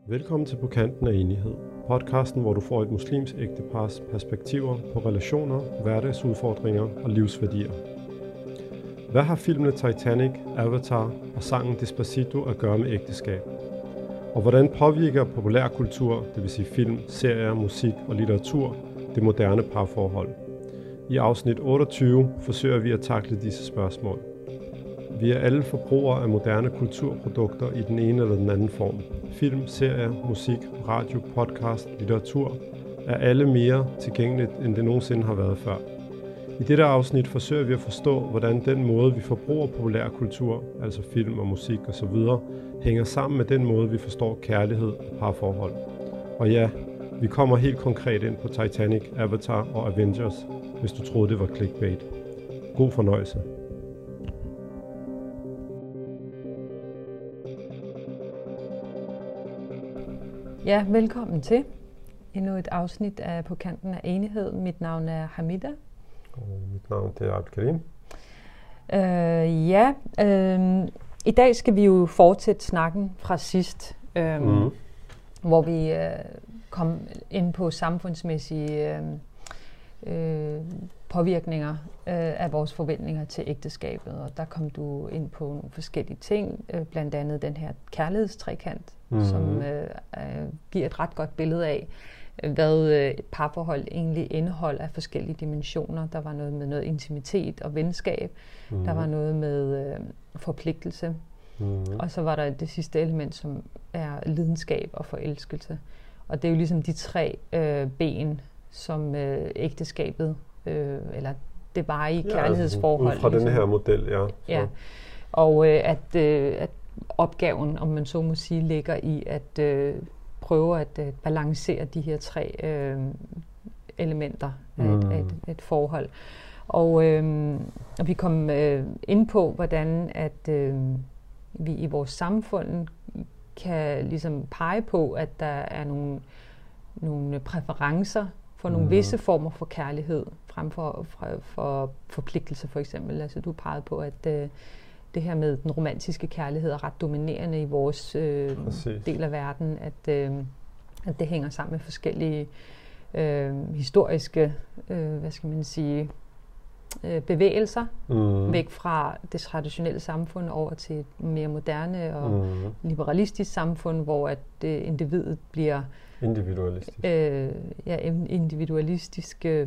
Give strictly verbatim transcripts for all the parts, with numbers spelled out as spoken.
Velkommen til På Kanten af Enighed, podcasten, hvor du får et muslimsk ægtepars perspektiver på relationer, hverdagsudfordringer og livsværdier. Hvad har filmene Titanic, Avatar og sangen Despacito at gøre med ægteskab? Og hvordan påvirker populærkultur, det vil sige film, serier, musik og litteratur, det moderne parforhold? I afsnit otteogtyve forsøger vi at takle disse spørgsmål. Vi er alle forbrugere af moderne kulturprodukter i den ene eller den anden form. Film, serier, musik, radio, podcast, litteratur er alle mere tilgængeligt, end det nogensinde har været før. I dette afsnit forsøger vi at forstå, hvordan den måde, vi forbruger populærkultur, altså film og musik osv., hænger sammen med den måde, vi forstår kærlighed og parforhold. Og ja, vi kommer helt konkret ind på Titanic, Avatar og Avengers, hvis du troede, det var clickbait. God fornøjelse. Ja, velkommen til endnu et afsnit af På Kanten af Enighed. Mit navn er Hamida. Og mit navn er Abdelkarim. Øh, ja, øh, i dag skal vi jo fortsætte snakken fra sidst, øh, mm. hvor vi øh, kom ind på samfundsmæssige øh, øh, påvirkninger øh, af vores forventninger til ægteskabet. Og der kom du ind på nogle forskellige ting, øh, blandt andet den her kærlighedstrekant, mm. som øh, øh, giver et ret godt billede af, hvad øh, et parforhold egentlig indeholder af forskellige dimensioner. Der var noget med noget intimitet og venskab. Mm. Der var noget med øh, forpligtelse. Mm. Og så var der det sidste element, som er lidenskab og forelskelse. Og det er jo ligesom de tre øh, ben, som øh, ægteskabet, øh, eller det var i ja, kærlighedsforhold. Altså, ud fra ligesom. Den her model, ja. Så. Ja. Og øh, at, øh, at opgaven, om man så må sige, ligger i at øh, prøve at øh, balancere de her tre øh, elementer af mm. et, et, et forhold. Og, øh, og vi kom øh, ind på, hvordan at øh, vi i vores samfund kan ligesom pege på, at der er nogle, nogle præferencer for nogle mm. visse former for kærlighed, frem for, for, for forpligtelse for eksempel. Altså du pegede på, at øh, det her med den romantiske kærlighed er ret dominerende i vores øh, del af verden, at, øh, at det hænger sammen med forskellige øh, historiske, øh, hvad skal man sige, øh, bevægelser, mm. væk fra det traditionelle samfund over til et mere moderne og mm. liberalistisk samfund, hvor at øh, individet bliver individualistisk. Øh, ja, individualistisk. Øh,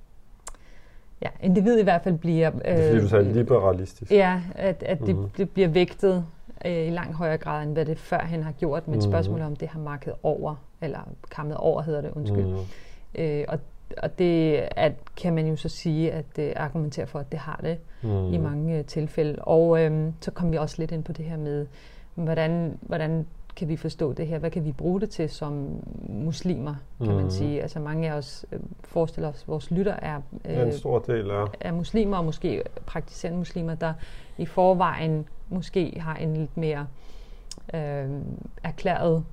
ja, individet i hvert fald bliver... Øh, det er fordi, du sagde liberalistisk. Ja, at, at det, mm. det bliver vægtet øh, i langt højere grad, end hvad det førhen har gjort, med et mm. spørgsmål om, det har markedet over, eller kammet over hedder det, undskyld. Mm. Øh, og og det at, kan man jo så sige, at det argumenterer for, at det har det mm. i mange øh, tilfælde. Og øh, så kom vi også lidt ind på det her med, hvordan, hvordan kan vi forstå det her? Hvad kan vi bruge det til som muslimer, kan mm. man sige? Altså mange af os øh, forestiller os, at vores lytter er, øh, en stor del er. er muslimer, og måske praktiserende muslimer, der i forvejen måske har en lidt mere øh, erklæret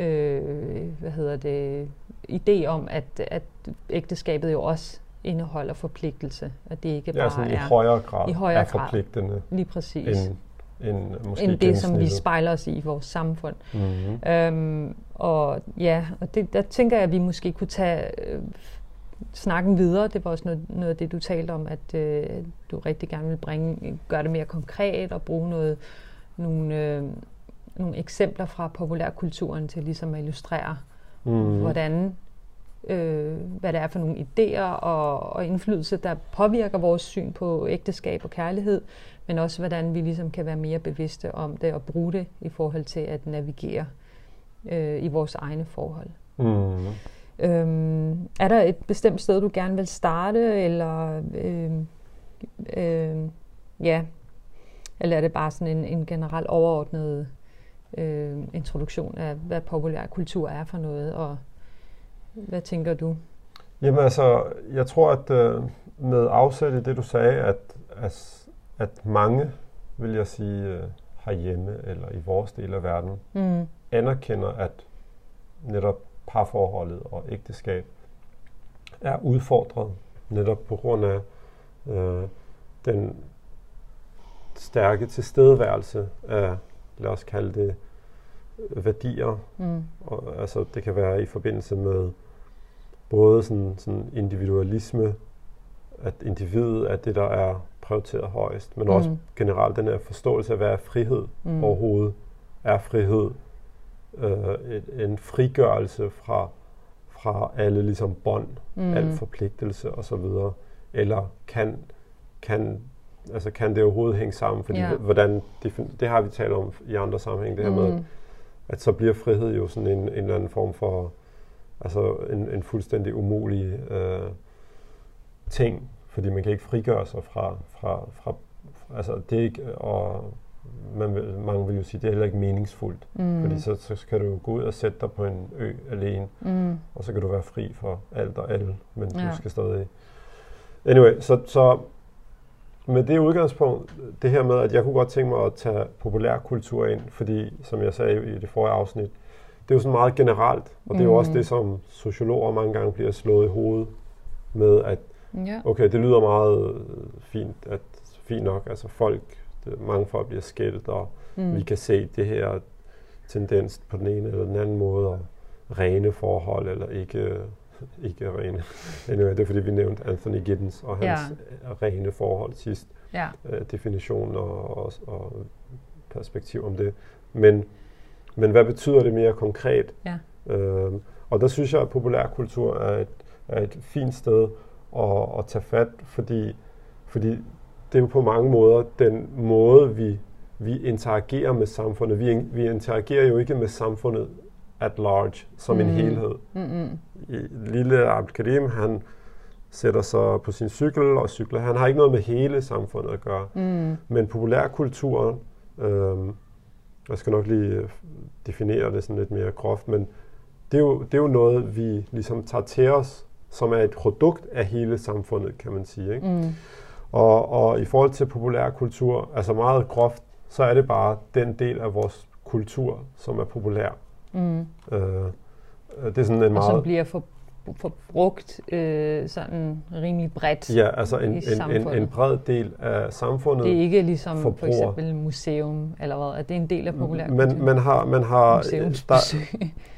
øh, hvad hedder det, idé om, at, at ægteskabet jo også indeholder forpligtelse, at det ikke ja, bare er i højere grad i højere er forpligtende lige præcis. end end, måske end det, som vi spejler os i i vores samfund. Mm-hmm. Øhm, og ja, og det, der tænker jeg, at vi måske kunne tage øh, snakken videre. Det var også noget, noget af det, du talte om, at øh, du rigtig gerne vil bringe, gøre det mere konkret og bruge noget, nogle, øh, nogle eksempler fra populærkulturen til ligesom at illustrere, mm-hmm. hvordan Øh, hvad det er for nogle idéer og, og indflydelse, der påvirker vores syn på ægteskab og kærlighed, men også hvordan vi ligesom kan være mere bevidste om det og bruge det i forhold til at navigere øh, i vores egne forhold. Mm. Øhm, er der et bestemt sted, du gerne vil starte, eller øh, øh, ja, eller er det bare sådan en, en generel overordnet øh, introduktion af, hvad populærkultur er for noget, og hvad tænker du? Jamen altså, jeg tror, at øh, med afsæt i det, du sagde, at, at, at mange, vil jeg sige, øh, herhjemme eller i vores del af verden, mm. anerkender, at netop parforholdet og ægteskab er udfordret, netop på grund af øh, den stærke tilstedeværelse af, lad os kalde det, værdier. Mm. Og, altså, det kan være i forbindelse med både sådan, sådan individualisme, at individet er det, der er prioriteret højst, men mm. også generelt den her forståelse af, hvad er frihed mm. overhovedet. Er frihed øh, et, en frigørelse fra, fra alle ligesom bånd, mm. al forpligtelse osv., eller kan, kan, altså, kan det overhovedet hænge sammen? Fordi yeah. hvordan, det, det har vi talt om i andre sammenhæng, det her mm. med, at, at så bliver frihed jo sådan en, en eller anden form for, altså en, en fuldstændig umulig øh, ting, fordi man kan ikke frigøre sig fra, fra, fra altså det er ikke, og man vil, mange vil jo sige, det er heller ikke meningsfuldt, mm. fordi så, så skal du gå ud og sætte dig på en ø alene, mm. og så kan du være fri for alt og alle, men ja. du skal stadig. Anyway, så, så med det udgangspunkt, det her med, at jeg kunne godt tænke mig at tage populærkultur ind, fordi, som jeg sagde i det forrige afsnit, det er jo sådan meget generelt, og det er jo mm. også det, som sociologer mange gange bliver slået i hovedet med, at okay, det lyder meget fint, at fint nok, altså folk, det, mange folk bliver skilt, og mm. vi kan se det her tendens på den ene eller den anden måde, og rene forhold, eller ikke, ikke rene. Anyway, det er fordi, vi nævnte Anthony Giddens og hans ja. rene forhold sidst. Ja. Uh, definition og, og, og perspektiv om det. Men, men hvad betyder det mere konkret? Ja. Uh, og der synes jeg, at populærkultur er et, er et fint sted at, at tage fat, fordi, fordi det er jo på mange måder den måde, vi, vi interagerer med samfundet. Vi, vi interagerer jo ikke med samfundet at large, som mm. en helhed. Mm-hmm. Lille Abdelkarim, han sætter sig på sin cykel og cykler. Han har ikke noget med hele samfundet at gøre. Mm. Men populærkulturen, øh, jeg skal nok lige definere det sådan lidt mere groft, men det er jo, det er jo noget, vi ligesom tager til os, som er et produkt af hele samfundet, kan man sige. Ikke? Mm. Og, og i forhold til populærkultur, altså meget groft, så er det bare den del af vores kultur, som er populær. Mm. Øh, det er sådan en meget... Og som bliver for, forbrugt øh, sådan rimelig bredt. Ja, altså en, en, en, en bred del af samfundet. Det er ikke ligesom forbruger. For eksempel museum, eller hvad? Er det en del af populærkultur? Men man har... Man har museumsbesøg.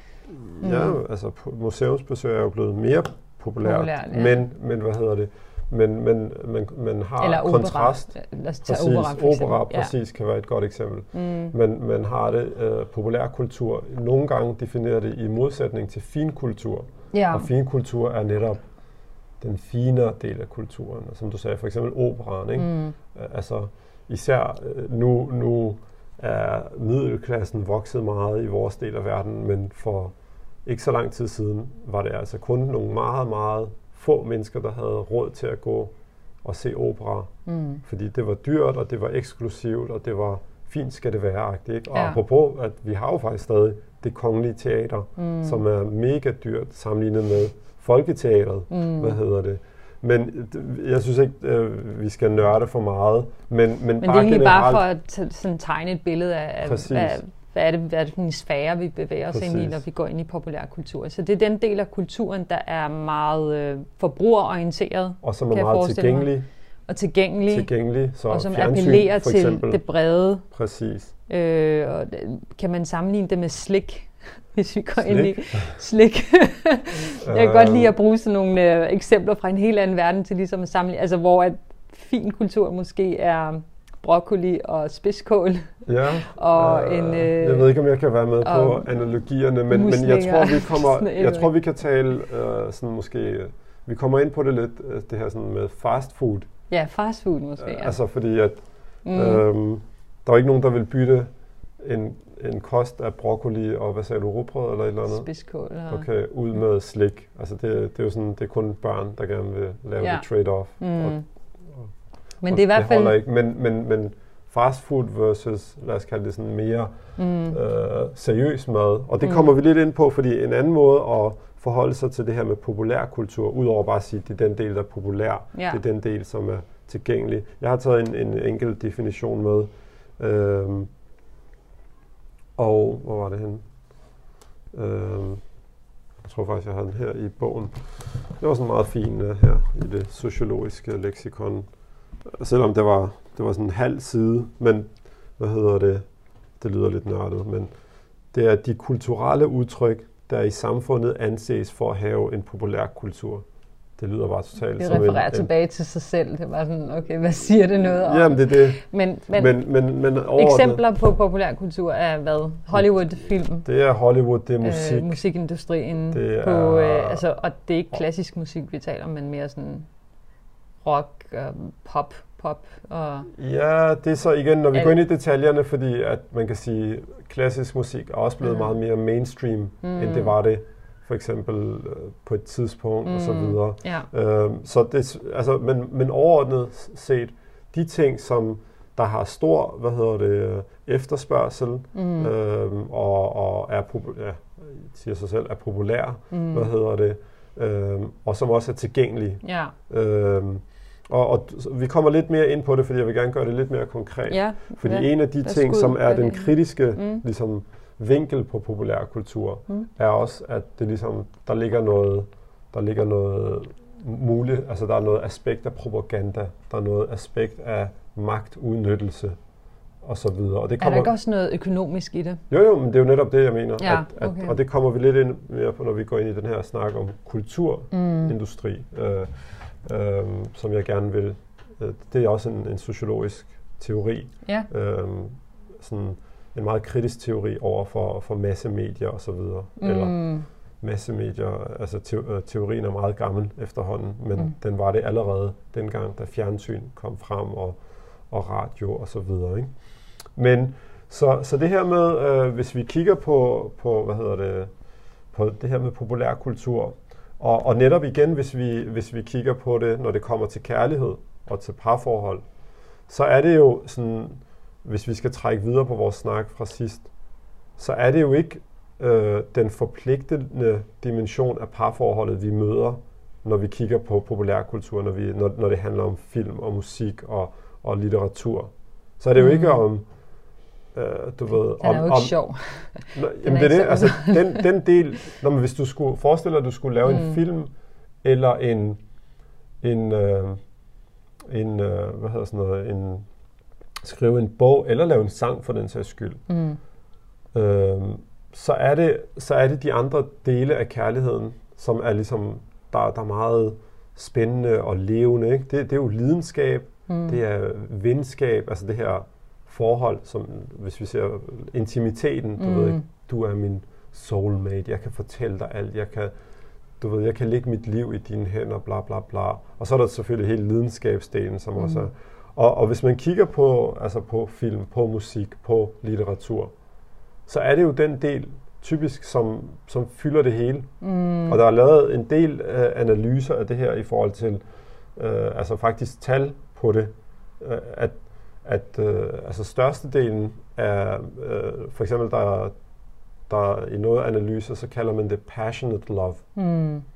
Der, ja, mm. altså museumsbesøg er jo blevet mere populært, populært ja. men, men hvad hedder det? Men, men man, man har eller kontrast. Lad os tage præcis, opera, opera præcis ja. kan være et godt eksempel. Mm. Men man har det uh, populærkultur. Nogle gange definerer det i modsætning til finkultur. Ja. Og finkultur er netop den finere del af kulturen. Og som du sagde, for eksempel operaen. Ikke? Mm. Uh, altså især uh, nu, nu er middelklassen vokset meget i vores del af verden, men for ikke så lang tid siden var det altså kun nogle meget, meget få mennesker, der havde råd til at gå og se opera. Mm. Fordi det var dyrt, og det var eksklusivt, og det var fint skal det være. Ikke? Og ja. apropos, at vi har jo faktisk stadig det kongelige teater, mm. som er mega dyrt sammenlignet med Folketeatret. Mm. Hvad hedder det? Men jeg synes ikke, øh, vi skal nørde for meget. Men, men, men det er bare egentlig bare for at t- sådan tegne et billede af, hvad, hvad er det, hvad er det for en sfære, vi bevæger os ind i, når vi går ind i populærkultur. Så det er den del af kulturen, der er meget øh, forbrugerorienteret. Og som er meget tilgængelig. Mig. Og tilgængelig. tilgængelig så og som appellerer til eksempel. Det brede. Præcis. Øh, og kan man sammenligne det med slik? Hvis vi går slik. ind i slik. Jeg kan uh, godt lide at bruge sådan nogle øh, eksempler fra en helt anden verden til ligesom at sammenligne, altså hvor at fin kultur måske er broccoli og spidskål. Ja. og uh, en, øh, jeg ved ikke, om jeg kan være med på analogierne, men, men jeg tror, vi kommer, jeg tror, vi kan tale øh, sådan måske, vi kommer ind på det lidt, det her sådan med fast food. Ja, fast food måske, ja. Altså fordi, at mm. øhm, der er ikke nogen, der vil bytte en, en kost af broccoli og, hvad sagde du, rugbrød eller et eller andet? Spidskål. Ja. Okay, ud med slik. Altså det, det er jo sådan, det er kun børn, der gerne vil lave ja. det trade-off. Mm. Og, men det er i hvert fald... ikke. Men, men, men fast food versus, lad os kalde det sådan mere mm. øh, seriøs mad. Og det mm. kommer vi lidt ind på, fordi en anden måde at forholde sig til det her med populærkultur, udover bare at sige, at det er den del, der er populær, ja. det er den del, som er tilgængelig. Jeg har taget en, en enkelt definition med. Øhm, og hvor var det henne? Øhm, jeg tror faktisk, jeg har den her i bogen. Det var sådan meget fin uh, her i det sociologiske leksikon. Selvom det var, det var sådan en halv side, men hvad hedder det? Det lyder lidt nørdet, men det er de kulturelle udtryk, der i samfundet anses for at have en populær kultur. Det lyder bare totalt det som en... Det refererer tilbage til sig selv. Det var sådan, okay, hvad siger det noget om? Jamen, det er det. Men, men, men, men, men eksempler på populærkultur er hvad? Hollywood-film? Det er Hollywood, det er musik. Øh, musikindustrien. Det er, på, øh, altså, og det er ikke klassisk musik, vi taler om, men mere sådan rock, øh, pop, pop og... Ja, det er så igen, når vi al- går ind i detaljerne, fordi at man kan sige, klassisk musik er også blevet mm. meget mere mainstream, mm. end det var det for eksempel øh, på et tidspunkt mm. og så videre. Ja. Øhm, så det, altså, men, men overordnet set, de ting, som der har stor, hvad hedder det, efterspørgsel mm. øhm, og, og er populær, ja, siger sig selv, er populær, mm. hvad hedder det, øhm, og som også er tilgængelige. Ja. Øhm, og, og vi kommer lidt mere ind på det, fordi jeg vil gerne gøre det lidt mere konkret. Ja. Fordi ja. en af de ting, som er den kritiske mm. ligesom, vinkel på populærkultur, mm. er også, at det ligesom, der ligger noget, der ligger noget muligt, altså der er noget aspekt af propaganda, der er noget aspekt af magtudnyttelse og så videre. Og det kommer, er der ikke også noget økonomisk i det? Jo, jo, men det er jo netop det, jeg mener. Ja, at, okay. at, og det kommer vi lidt ind mere på, når vi går ind i den her snak om kulturindustri, mm. øh, øh, som jeg gerne vil. Øh, det er også en, en sociologisk teori. Ja. Øh, sådan en meget kritisk teori over for, for massemedier og så videre. Mm. Eller massemedier, altså te, øh, teorien er meget gammel efterhånden, men mm. den var det allerede dengang, da fjernsyn kom frem og, og radio og så videre, ikke? Men så, så det her med, øh, hvis vi kigger på, på, hvad hedder det, på det her med populærkultur, og, og netop igen, hvis vi, hvis vi kigger på det, når det kommer til kærlighed og til parforhold, så er det jo sådan, hvis vi skal trække videre på vores snak fra sidst, så er det jo ikke øh, den forpligtende dimension af parforholdet, vi møder, når vi kigger på populærkultur, når, vi, når, når det handler om film og musik og, og litteratur. Så er det jo mm. ikke om, øh, du ved... Den er om, jo ikke om, sjov. Nå, jamen det er det, altså den, den del, når man, hvis du skulle forestille dig, at du skulle lave mm. en film, eller en, en, øh, en øh, hvad hedder sådan noget, en, skrive en bog, eller lave en sang for den sags skyld, mm. øh, så, er det, så er det de andre dele af kærligheden, som er ligesom, der, der er meget spændende og levende, ikke? Det, det er jo lidenskab, mm. det er venskab, altså det her forhold, som hvis vi ser intimiteten, du mm. ved ikke, du er min soulmate, jeg kan fortælle dig alt, jeg kan, du ved, jeg kan lægge mit liv i dine hænder, bla bla bla. Og så er der selvfølgelig hele lidenskabsdelen, som mm. også er. Og, og hvis man kigger på, altså på film, på musik, på litteratur, så er det jo den del, typisk, som, som fylder det hele. Mm. Og der er lavet en del øh, analyser af det her i forhold til, øh, altså faktisk tal på det, øh, at, at øh, altså størstedelen er, øh, for eksempel der, der i noget analyser, så kalder man det passionate love. Mm. Øh,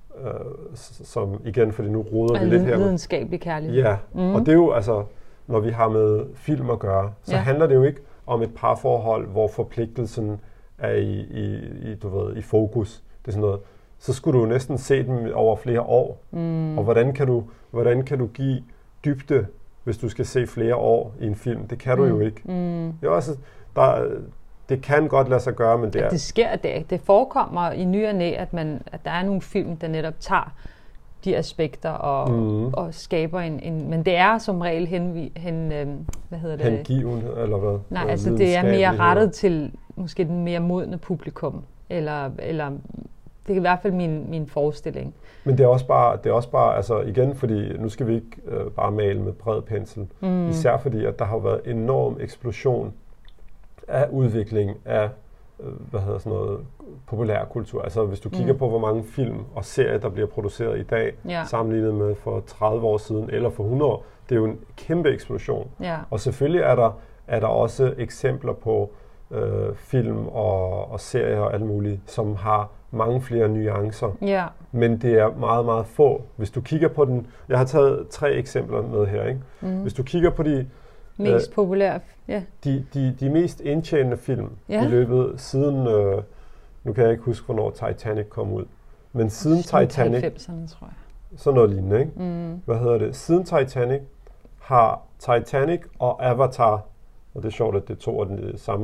som igen, fordi nu roder vi lidt her. Lidenskabelig kærlighed. Ja, mm. og det er jo altså, når vi har med film at gøre, så ja. handler det jo ikke om et parforhold, hvor forpligtelsen er i, i, i, du ved, i fokus. Det er sådan noget. Så skulle du jo næsten se dem over flere år. Mm. Og hvordan kan du, hvordan kan du give dybde, hvis du skal se flere år i en film? Det kan du mm. jo ikke. Mm. Jo, altså, der, det kan godt lade sig gøre, men det er... Det sker, det, det forekommer i ny og næ, at, man, at der er nogle film, der netop tager de aspekter og, mm. og skaber en, en... Men det er som regel henvi, hen, øh, hvad hedder det? Hengiven, eller hvad? Nej, altså det er mere rettet til måske den mere modne publikum. Eller, eller det er i hvert fald min, min forestilling. Men det er også bare, det er også bare, altså igen, fordi nu skal vi ikke øh, bare male med bred pensel. Mm. Især fordi, at der har været enorm eksplosion af udvikling af, øh, hvad hedder sådan noget, populærkultur. Altså hvis du kigger mm. på, hvor mange film og serier, der bliver produceret i dag, ja. sammenlignet med for tredive år siden, eller for hundrede år, det er jo en kæmpe eksplosion. Ja. Og selvfølgelig er der, er der også eksempler på øh, film og, og serier og alt muligt, som har mange flere nuancer. Ja. Men det er meget, meget få. Hvis du kigger på den... Jeg har taget tre eksempler med her, ikke? Mm. Hvis du kigger på de... Mest øh, populære, ja. De, de, de mest indtjenende film ja. i løbet siden... Øh, nu kan jeg ikke huske, hvornår Titanic kom ud. Men siden Titanic... halvfemserne, tror jeg. Sådan noget lignende, ikke? Mm. Hvad hedder det? Siden Titanic har Titanic og Avatar, og det er sjovt, at det to er den samme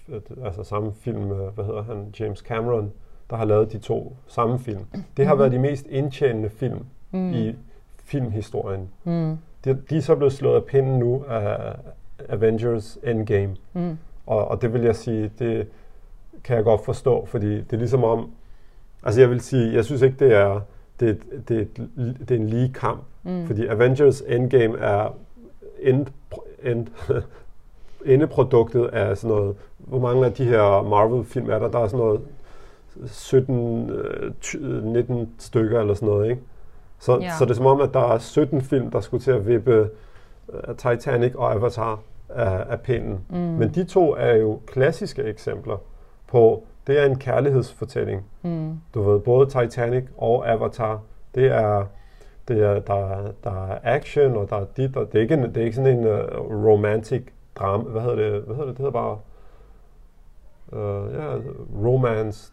altså samme film, hvad hedder han, James Cameron, der har lavet de to samme film. Det har mm. været de mest indtjenende film mm. i filmhistorien. Mm. De, de er så blevet slået af pinden nu af Avengers Endgame. Mm. Og, og det vil jeg sige, det kan jeg godt forstå, fordi det er ligesom om, altså jeg vil sige, jeg synes ikke, det er, det, det, det er en lige kamp. Mm. Fordi Avengers Endgame er end, end, endeproduktet af sådan noget, hvor mange af de her Marvel-film er der? Der er sådan noget sytten, nitten stykker eller sådan noget, ikke? Så, ja. så det er som om, at der er sytten film, der skulle til at vippe uh, Titanic og Avatar af, af pinden. Mm. Men de to er jo klassiske eksempler på, det er en kærlighedsfortælling. Mm. Du ved, både Titanic og Avatar, det er, det er der, der er action, og der er dit, og det er ikke, en, det er ikke sådan en uh, romantic drama. Hvad hedder det? Hvad hedder det? Det hedder bare uh, ja, romance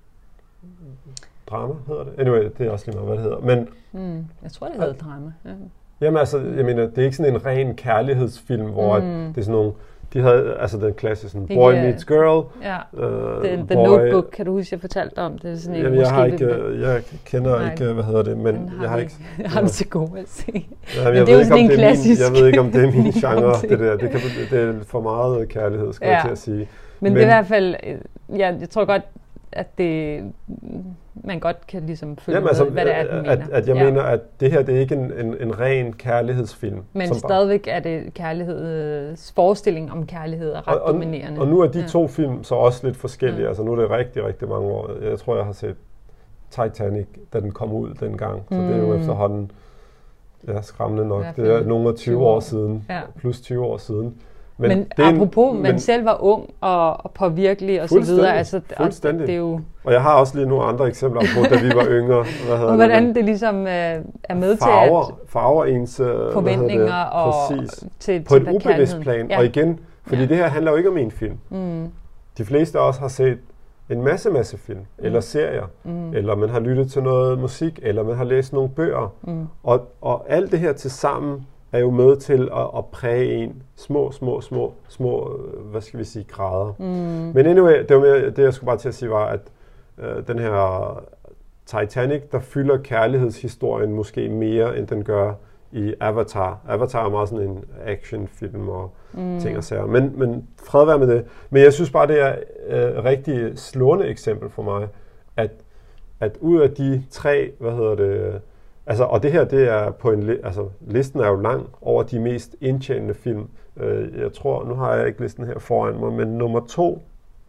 drama, hedder det. Anyway, det er også lige meget, hvad det hedder. Men, mm, jeg tror, det hedder drama. Ja. Jamen altså, jeg mener, det er ikke sådan en ren kærlighedsfilm, hvor mm. det er sådan nogle, de havde altså den klasse sådan, boy yeah. meets girl. Ja, uh, the, the Notebook, kan du huske, jeg fortalte om. Det er sådan en, jamen, jeg har ikke, jeg kender Nej, ikke, hvad hedder det, men har jeg har ikke... Jeg har det til gode at se. Ja, men jeg, ved ikke, om det er min, jeg ved ikke, om det er min genre, det der. Det, kan, det er for meget kærlighed, skal ja. jeg til at sige. Men, men det er i hvert fald, ja, jeg tror godt, at det, man godt kan ligesom følge Jamen, altså, med, hvad det er, den at, mener. At jeg ja. mener, at det her, det er ikke en, en, en ren kærlighedsfilm. Men stadigvæk er det kærligheds forestilling om kærlighed er ret og, dominerende. Og nu er de ja. to film så også lidt forskellige. Ja. Altså nu er det rigtig, rigtig mange år. Jeg tror, jeg har set Titanic, da den kom ud dengang. Så mm. det er jo efterhånden ja, skræmmende nok. Det er nogle af tyve år siden. Ja. Plus tyve år siden. Men, men apropos, en, man men, selv var ung og, og påvirkelig og så videre. Altså, fuldstændig. Og, det er jo og jeg har også lige nogle andre eksempler på, da vi var yngre. Hvad og hvordan det, det ligesom øh, er med farver, til at farver ens forventninger og til, på et ubevidst plan. Ja. Og igen, fordi ja. det her handler jo ikke om en film. Mm. De fleste af os har set en masse, masse film, mm. eller serier, mm. eller man har lyttet til noget musik, eller man har læst nogle bøger. Mm. Og, og alt det her til sammen er jo med til at, at præge en små, små, små, små, hvad skal vi sige, grader. Mm. Men anyway, det, var mere, det jeg skulle bare til at sige var, at øh, den her Titanic, der fylder kærlighedshistorien måske mere, end den gør i Avatar. Avatar er meget sådan en actionfilm og mm. ting og sager. Men, men fred være med det. Men jeg synes bare, det er et øh, rigtig slående eksempel for mig, at, at ud af de tre, hvad hedder det, altså, og det her, det er på en, altså, listen er jo lang over de mest indtjenende film. Uh, jeg tror, nu har jeg ikke listen her foran mig, men nummer to,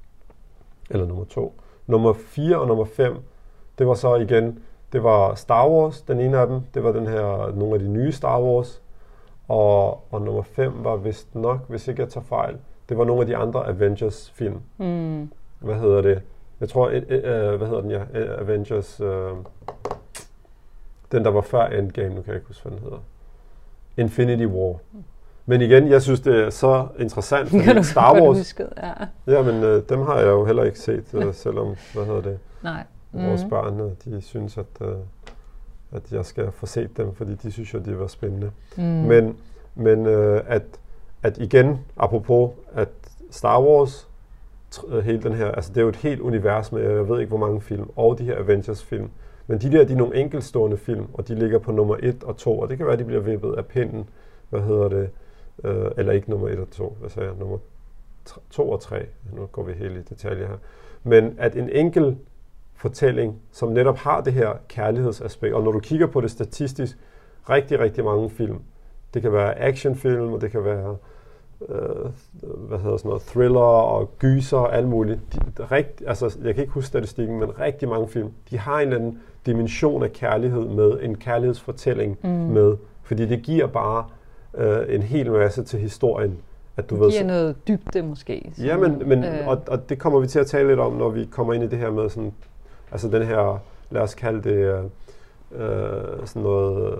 eller nummer to, nummer fire og nummer fem, det var så igen, det var Star Wars, den ene af dem, det var den her, nogle af de nye Star Wars, og, og nummer fem var vist nok, hvis ikke jeg tager fejl, det var nogle af de andre Avengers film. Mm. Hvad hedder det? Jeg tror, uh, uh, hvad hedder den, ja? Avengers... Uh, Den, der var før Endgame, nu kan jeg ikke huske, hvad den hedder. Infinity War. Men igen, jeg synes, det er så interessant, fordi Star Wars... Husket, ja. ja, men øh, dem har jeg jo heller ikke set, øh, selvom, hvad hedder det? Nej. Vores mm. børn, de synes, at, øh, at jeg skal få set dem, fordi de synes jo, de var spændende. Mm. Men, men øh, at, at igen, apropos, at Star Wars, hele den her, altså det er jo et helt univers med, jeg ved ikke, hvor mange film, og de her Avengers-film. Men de der, de er nogle enkeltstående film, og de ligger på nummer et og to, og det kan være, at de bliver vippet af pinden, hvad hedder det, øh, eller ikke nummer et og to, hvad sagde jeg, nummer to og tre, nu går vi helt i detaljer her. Men at en enkelt fortælling, som netop har det her kærlighedsaspekt, og når du kigger på det statistisk, rigtig, rigtig mange film, det kan være actionfilm, og det kan være øh, hvad hedder sådan noget, thriller og gyser og alt muligt. De, rigt, altså, jeg kan ikke huske statistikken, men rigtig mange film, de har en eller anden dimension af kærlighed med, en kærlighedsfortælling mm. med, fordi det giver bare øh, en hel masse til historien. At du det ved, giver så, noget dybde måske. Sådan, ja, men, men øh. og, og det kommer vi til at tale lidt om, når vi kommer ind i det her med sådan, altså den her, lad os kalde det øh, sådan noget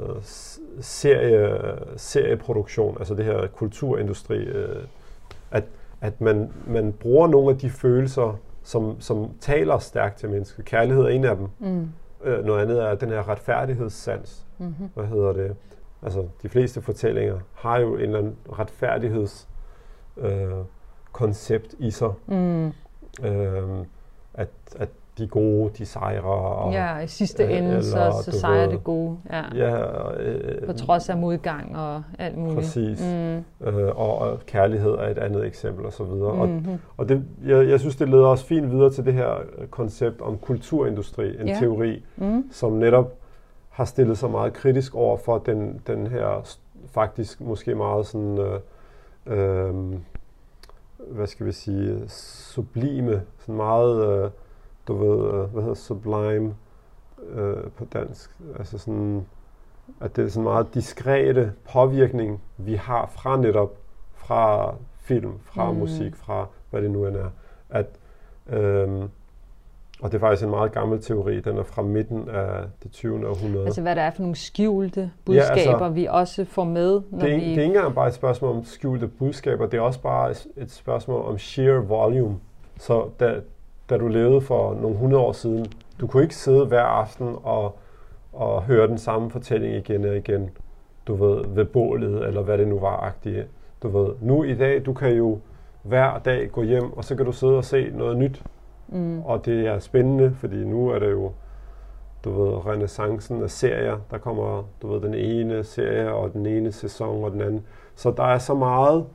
serie, serieproduktion, altså det her kulturindustri, øh, at, at man, man bruger nogle af de følelser, som, som taler stærkt til mennesker. Kærlighed er en af dem. Mm. Øh, noget andet er den her retfærdighedssans. Mm-hmm. Hvad hedder det? Altså, de fleste fortællinger har jo en eller anden retfærdigheds øh, koncept i sig. Mm. Øhm, at, at de gode, de sejrer. Og, ja, i sidste ende, eller, så, så sejrer det gode. Ja. Ja, øh, på trods af modgang og alt muligt. Præcis. Mm. Øh, og, og kærlighed er et andet eksempel, og så videre. Mm-hmm. Og, og det, jeg, jeg synes, det leder også fint videre til det her koncept om kulturindustri, en ja. teori, mm. som netop har stillet sig meget kritisk over for den, den her faktisk måske meget sådan, øh, øh, hvad skal vi sige, sublime, sådan meget, øh, du ved, øh, hvad hedder sublime øh, på dansk, altså sådan, at det er sådan meget diskrete påvirkning, vi har fra netop, fra film, fra mm. musik, fra hvad det nu end er, at øh, og det er faktisk en meget gammel teori. Den er fra midten af det tyvende århundrede. Altså hvad der er for nogle skjulte budskaber, ja, altså, vi også får med. Når det, er, vi... det er ikke engang bare et spørgsmål om skjulte budskaber. Det er også bare et, et spørgsmål om sheer volume. Så da, da du levede for nogle hundrede år siden, du kunne ikke sidde hver aften og, og høre den samme fortælling igen og igen. Du ved, ved bålet, eller hvad det nu var agtigt. Du ved, nu i dag, du kan jo hver dag gå hjem, og så kan du sidde og se noget nyt. Mm. Og det er spændende, fordi nu er det jo, du ved, renæssancen af serier. Der kommer, du ved, den ene serie og den ene sæson og den anden. Så der er så meget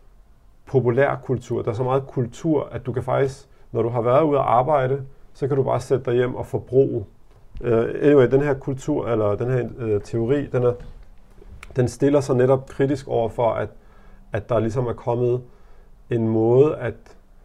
populær kultur, der er så meget kultur, at du kan faktisk, når du har været ude at arbejde, så kan du bare sætte dig hjem og forbruge. Uh, anyway, den her kultur, eller den her uh, teori, den, er, den stiller sig netop kritisk over for, at, at der ligesom er kommet en måde at...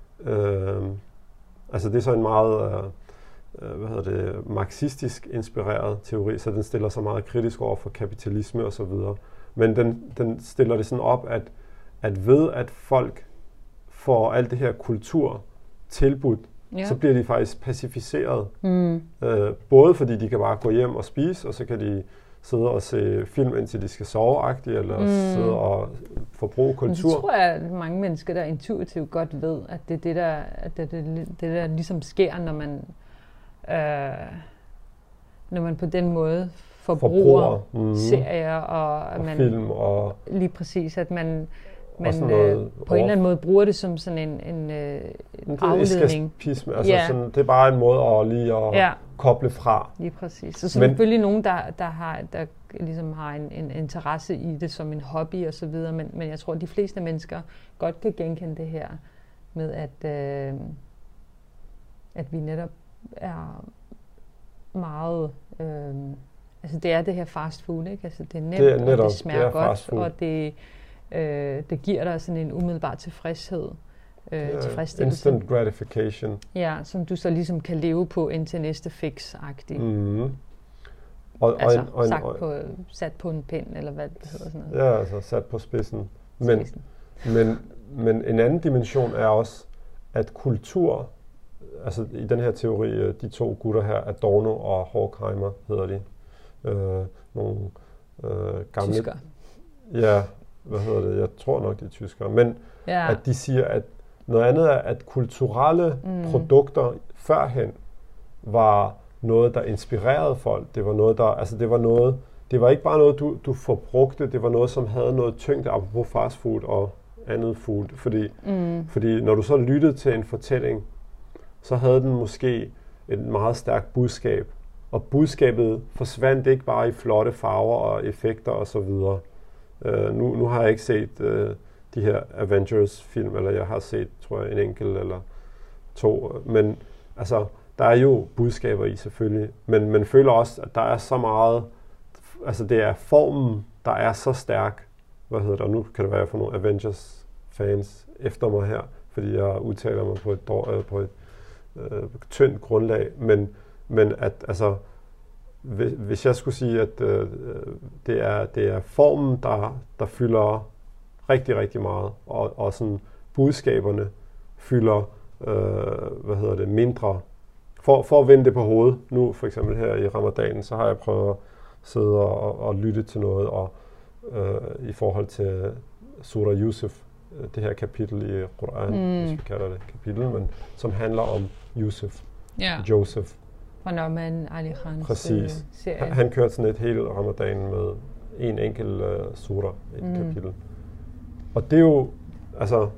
Uh, Altså det er så en meget øh, hvad hedder det, marxistisk inspireret teori, så den stiller sig meget kritisk over for kapitalisme og så videre. Men den, den stiller det sådan op, at, at ved at folk får alt det her kultur tilbudt, ja. så bliver de faktisk pacificeret. Mm. Øh, både fordi de kan bare gå hjem og spise, og så kan de sidde og se film, indtil de skal sove-agtigt, eller mm. sidde og forbruge kultur. Men så tror jeg, at mange mennesker, der intuitivt godt ved, at det er det, der, at det, det, det, der ligesom sker, når man, øh, når man på den måde forbruger, forbruger. Mm. serier og, og man, film. Og lige præcis, at man, man øh, på en eller anden måde bruger det som sådan en, en, øh, en afledning. Altså ja. sådan, det er bare en måde at lige at ja. koble fra. Lige præcis. Så, så Men, selvfølgelig nogen, der, der, har, der ligesom har en, en interesse i det som en hobby og så videre, men, men jeg tror, at de fleste mennesker godt kan genkende det her med, at, øh, at vi netop er meget... Øh, altså det er det her fast food, ikke? Altså det er nemt, det er netop, og det smager det godt, og det... Øh, det giver dig sådan en umiddelbar tilfredshed. Øh, yeah, tilfredsstillelse. Instant gratification. Ja, som du så ligesom kan leve på indtil næste fix-agtigt. Mm-hmm. Og, altså og, og, sagt og, på, sat på en pind, eller hvad det hedder sådan noget. Ja, altså sat på spidsen. Men, spidsen. men, men en anden dimension er også, at kultur, altså i den her teori, de to gutter her, Adorno og Horkheimer hedder de, øh, nogle øh, gamle... Tysker. Ja, hvad hedder det? Jeg tror nok, de er tyskere. Men ja. at de siger, at noget andet er, at kulturelle mm. produkter førhen var noget, der inspirerede folk. Det var noget, der, altså det var noget, det var ikke bare noget, du, du forbrugte, det var noget, som havde noget tyngde, apropos fast food og andet food. Fordi, mm. fordi når du så lyttede til en fortælling, så havde den måske et meget stærkt budskab. Og budskabet forsvandt ikke bare i flotte farver og effekter og så videre. Uh, nu, nu har jeg ikke set uh, de her Avengers-film, eller jeg har set, tror jeg, en enkelt eller to. Men altså, der er jo budskaber i selvfølgelig, men man føler også, at der er så meget, altså det er formen, der er så stærk. Hvad hedder det? Og nu kan det være, at jeg får nogle Avengers-fans efter mig her, fordi jeg udtaler mig på et, uh, på et uh, tyndt grundlag. Men, men at, altså, hvis jeg skulle sige, at øh, det, er, det er formen, der, der fylder rigtig, rigtig meget, og, og sådan budskaberne fylder øh, hvad hedder det, mindre. For, for at vende det på hovedet, nu for eksempel her i ramadanen, så har jeg prøvet at sidde og, og lytte til noget, og øh, i forhold til Surah Yusuf, det her kapitel i Quran, mm. hvis vi kalder det kapitel, men som handler om Yusuf, yeah. Joseph. Fra Norman Ali Khans Præcis. serie. Han, han kørte sådan et hele ramadan med en enkelt uh, surah, et mm. kapitel. Og det er jo, altså,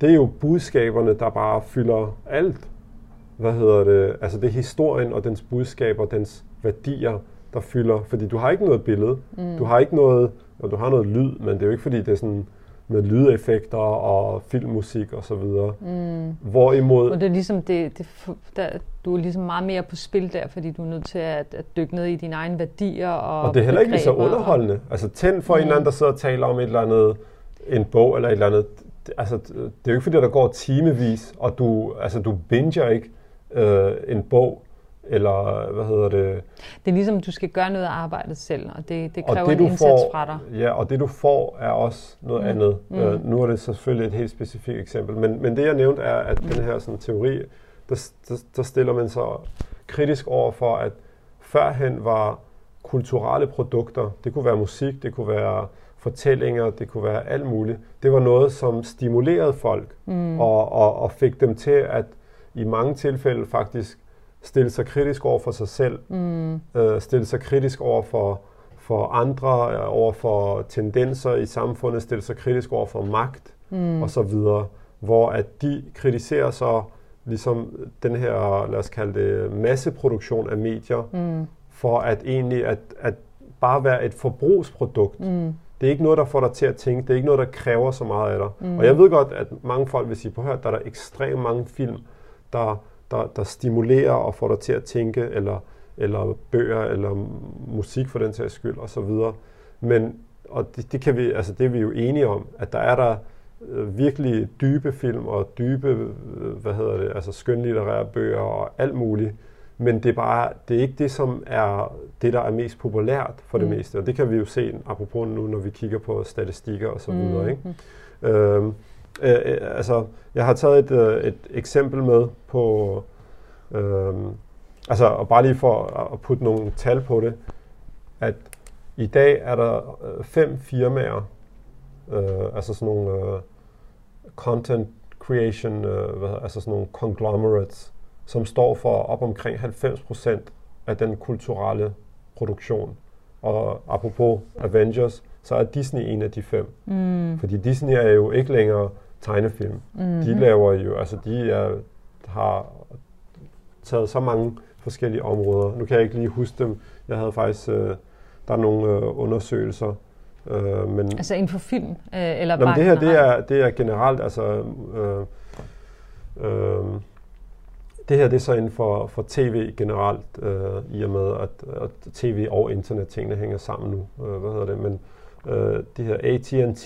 det er jo budskaberne, der bare fylder alt. Hvad hedder det? Altså det er historien og dens budskaber, dens værdier, der fylder. Fordi du har ikke noget billede. Mm. Du har ikke noget, og du har noget lyd, men det er jo ikke fordi, det er sådan med lydeffekter og filmmusik og så videre. Mm. Hvorimod... Og det er ligesom, det, det, der, du er ligesom meget mere på spil der, fordi du er nødt til at, at dykke ned i dine egne værdier og Og det er heller ikke så underholdende. Og... Altså tænd for mm. en eller anden, der sidder og taler om et eller andet, en bog eller et eller andet. Altså, det er jo ikke fordi, der går timevis, og du, altså, du binger ikke øh, en bog, eller hvad hedder det? Det er ligesom, du skal gøre noget af arbejdet selv, og det, det kræver og det, en indsats får, fra dig. Ja, og det du får er også noget mm. andet. Mm. Uh, nu er det selvfølgelig et helt specifikt eksempel, men, men det jeg nævnte er, at mm. den her sådan, teori, der, der, der stiller man så kritisk over for, at førhen var kulturelle produkter, det kunne være musik, det kunne være fortællinger, det kunne være alt muligt. Det var noget, som stimulerede folk, mm. og, og, og fik dem til at i mange tilfælde faktisk stille sig kritisk over for sig selv, mm. øh, stille sig kritisk over for, for andre, over for tendenser i samfundet, stille sig kritisk over for magt mm. og så videre, hvor at de kritiserer så ligesom den her, lad os kalde det, masseproduktion af medier, mm. for at egentlig at, at bare være et forbrugsprodukt. Mm. Det er ikke noget, der får dig til at tænke, det er ikke noget, der kræver så meget af dig. Mm. Og jeg ved godt, at mange folk vil sige, på hør, der er der ekstremt mange film, der Der, der stimulerer og får dig til at tænke, eller, eller bøger, eller musik for den sags skyld, og så videre. Men, og det, det, kan vi, altså det er vi jo enige om, at der er der øh, virkelig dybe film, og dybe, øh, hvad hedder det, altså skønlitterære bøger, og alt muligt. Men det er bare, det er ikke det, som er det, der er mest populært for det mm. meste. Og det kan vi jo se, apropos nu, når vi kigger på statistikker og så videre, ikke? Mm. Øhm, Øh, altså, jeg har taget et, øh, et eksempel med på, øh, altså, og bare lige for at putte nogle tal på det, at i dag er der øh, fem firmaer, øh, altså sådan nogle øh, content creation, øh, hvad, altså sådan nogle conglomerates, som står for op omkring halvfems procent af den kulturelle produktion. Og apropos Avengers, så er Disney en af de fem. Mm. Fordi Disney er jo ikke længere tegnefilm. Mm-hmm. De laver jo, altså de er, har taget så mange forskellige områder. Nu kan jeg ikke lige huske dem. Jeg havde faktisk, øh, der er nogle øh, undersøgelser. Øh, men, altså inden for film? Øh, eller jamen, bare det her, det er, det er generelt, altså, øh, øh, det her det er så inden for, for tv generelt, øh, i og med, at, at tv og internet tingene hænger sammen nu. Øh, hvad hedder det? Men øh, det her A T and T.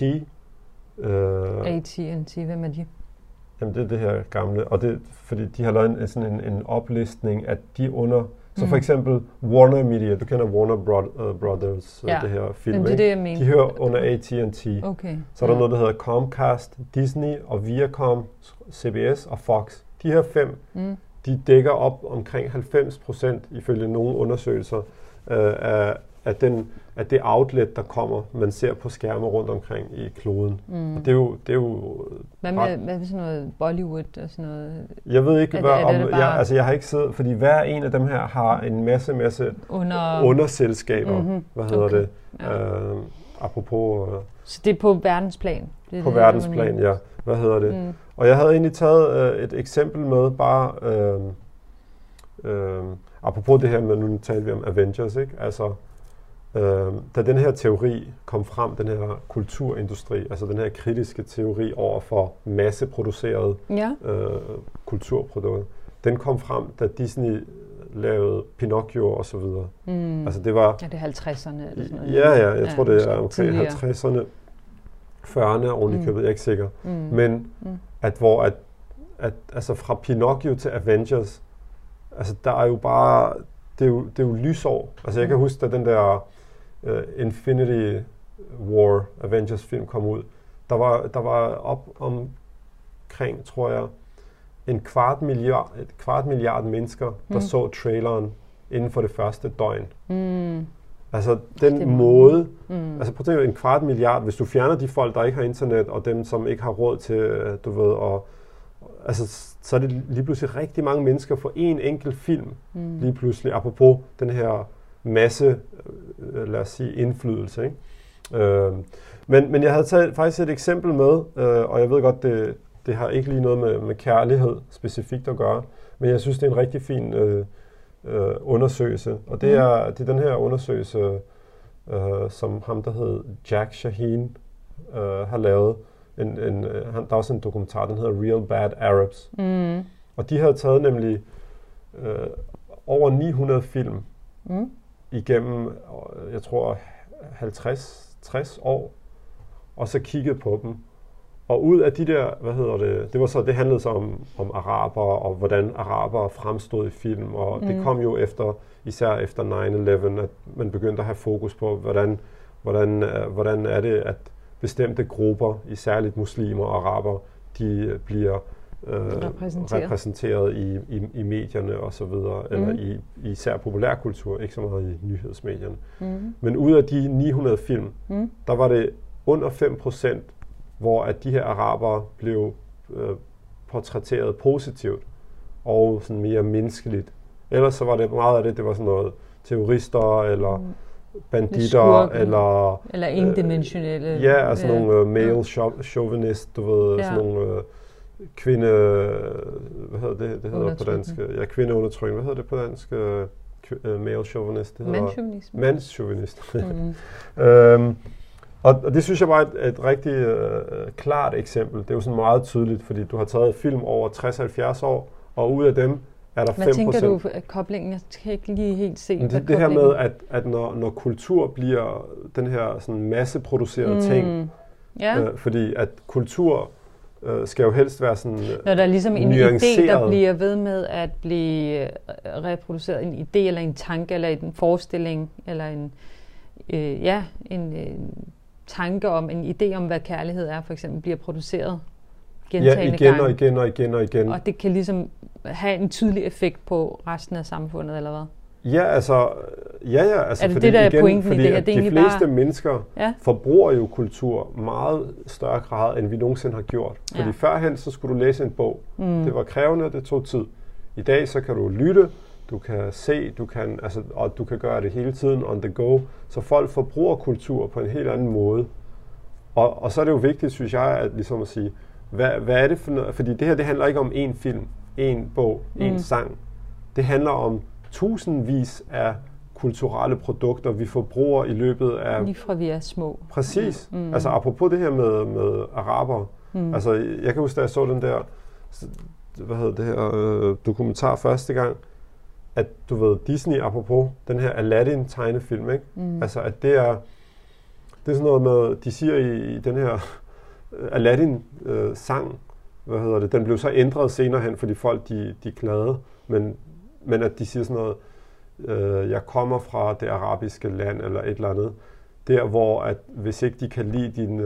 Øh, A T and T, hvem er de? Jamen det er det her gamle, og det fordi de har lavet en, sådan en, en oplistning, at de under, så for eksempel Warner Media, du kender Warner Bro- uh, Brothers, ja. det her film, det er det, jeg mener. De hører under A T and T. Okay. Så er der ja. noget, der hedder Comcast, Disney og Viacom, C B S og Fox. De her fem, mm. de dækker op omkring halvfems procent ifølge nogle undersøgelser øh, af, af, den, af det outlet, der kommer, man ser på skærme rundt omkring i kloden. Mm. Og det er jo, det er jo hvad med, ret... hvad med sådan noget Bollywood og sådan noget? Jeg ved ikke, hvad er det, om, er det bare... jeg, altså jeg har ikke siddet, fordi hver en af dem her har en masse, masse Under... underselskaber, mm-hmm. hvad hedder okay. det, ja. øh, apropos... Øh, Så det er på verdensplan? Det er på det, verdensplan, ja. Hvad hedder det? Mm. Og jeg havde egentlig taget øh, et eksempel med, bare øh, øh, apropos det her med, nu talte vi om Avengers, ikke? Altså, øh, da den her teori kom frem, den her kulturindustri, altså den her kritiske teori over for masseproducerede ja. øh, kulturprodukter, den kom frem, da Disney lavede Pinocchio og så videre. Mm. Altså det var... Ja, det er halvtredserne eller sådan noget. Ja, ja, jeg ja, tror det er omkring halvtredserne, fyrrerne oven i købet, mm. jeg er ikke sikker. Mm. Men mm. at hvor at, at altså fra Pinocchio til Avengers, altså der er jo bare, det er jo, det er jo lysår. Altså jeg kan huske, da den der uh, Infinity War Avengers film kom ud, der var, der var op omkring, tror jeg, en kvart milliard, et kvart milliard mennesker, der mm. så traileren inden for det første døgn. Mm. Altså den måde, mm. altså prøv at tænke, en kvart milliard, hvis du fjerner de folk, der ikke har internet, og dem, som ikke har råd til, du ved, og, altså, så er det lige pludselig rigtig mange mennesker for en enkelt film, mm. lige pludselig, apropos den her masse, øh, lad os sige, indflydelse, ikke? Øh, men, men jeg havde taget faktisk et eksempel med, øh, og jeg ved godt, det, det har ikke lige noget med, med kærlighed specifikt at gøre, men jeg synes, det er en rigtig fin øh, øh, undersøgelse. Og det er, det er den her undersøgelse, øh, som ham, der hed Jack Shaheen, øh, har lavet. En, en, han, der er også en dokumentar, den hedder Real Bad Arabs. Mm. Og de havde taget nemlig øh, over ni hundrede film mm. igennem, jeg tror, halvtreds til tres år, og så kigget på dem. Og ud af de der, hvad hedder det, det var så, det handlede så om, om arabere, og hvordan arabere fremstod i film, og mm. det kom jo efter, især efter nine eleven, at man begyndte at have fokus på, hvordan, hvordan, hvordan er det, at bestemte grupper, særligt muslimer og araber, de bliver øh, repræsenteret, repræsenteret i, i, i medierne og så videre, mm. eller i, i især populærkultur, ikke så meget i nyhedsmedierne. Mm. Men ud af de ni hundrede film, mm. der var det under fem procent, hvor at de her arabere blev øh, portrætteret positivt og sådan mere menneskeligt. Ellers så var det meget af det, det var sådan noget terrorister eller mm. banditter eller eller endimensionelle. Øh, ja, altså ja. nogle uh, male chauvinist, du ved, ja. sådan nogle uh, kvinde, hvad hedder det, det hedder på dansk, ja, kvindeundertrykkende, hvad hedder det på dansk? Uh, male chauvinist, det hedder Mandchauvinisme. Mandchauvinist. Mm. øhm, Og, og det synes jeg var et, et rigtig øh, klart eksempel. Det er jo sådan meget tydeligt, fordi du har taget film over tres til halvfjerds år, og ud af dem er der hvad fem procent. Hvad tænker du af koblingen? Jeg kan ikke lige helt se, det, det her med, at, at når, når kultur bliver den her sådan masseproducerede mm. ting, ja. øh, fordi at kultur øh, skal jo helst være sådan når der er ligesom en idé, der bliver ved med at blive reproduceret, en idé eller en tanke eller en forestilling, eller en, øh, ja, en... en tanke om, en idé om, hvad kærlighed er, for eksempel, bliver produceret gentagne gange. Ja, igen og igen og igen og igen. Og det kan ligesom have en tydelig effekt på resten af samfundet, eller hvad? Ja, altså, ja, ja, altså er det fordi, det, der er igen, pointen fordi i det her? Det de fleste bare... mennesker ja? forbruger jo kultur meget større grad, end vi nogensinde har gjort. Fordi ja. førhen, så skulle du læse en bog. Mm. Det var krævende, det tog tid. I dag, så kan du lytte, du kan se, du kan, altså, og du kan gøre det hele tiden on the go. Så folk forbruger kultur på en helt anden måde. Og, og så er det jo vigtigt, synes jeg, at, ligesom at sige, hvad, hvad er det for noget? Fordi det her, det handler ikke om én film, én bog, én mm. sang. Det handler om tusindvis af kulturelle produkter, vi forbruger i løbet af... Lige fra vi er små. Præcis. Mm. Altså apropos det her med, med araber. Mm. Altså jeg kan huske, da jeg så den der, hvad hedder det her, øh, dokumentar første gang, at du ved, Disney, apropos den her Aladdin-tegnefilm, ikke? Mm. Altså, at det er, det er sådan noget med, de siger i, i den her Aladdin-sang, øh, hvad hedder det, den blev så ændret senere hen, fordi folk, de, de klagede, men, men at de siger sådan noget, øh, jeg kommer fra det arabiske land, eller et eller andet, der hvor, at hvis ikke de kan lide din,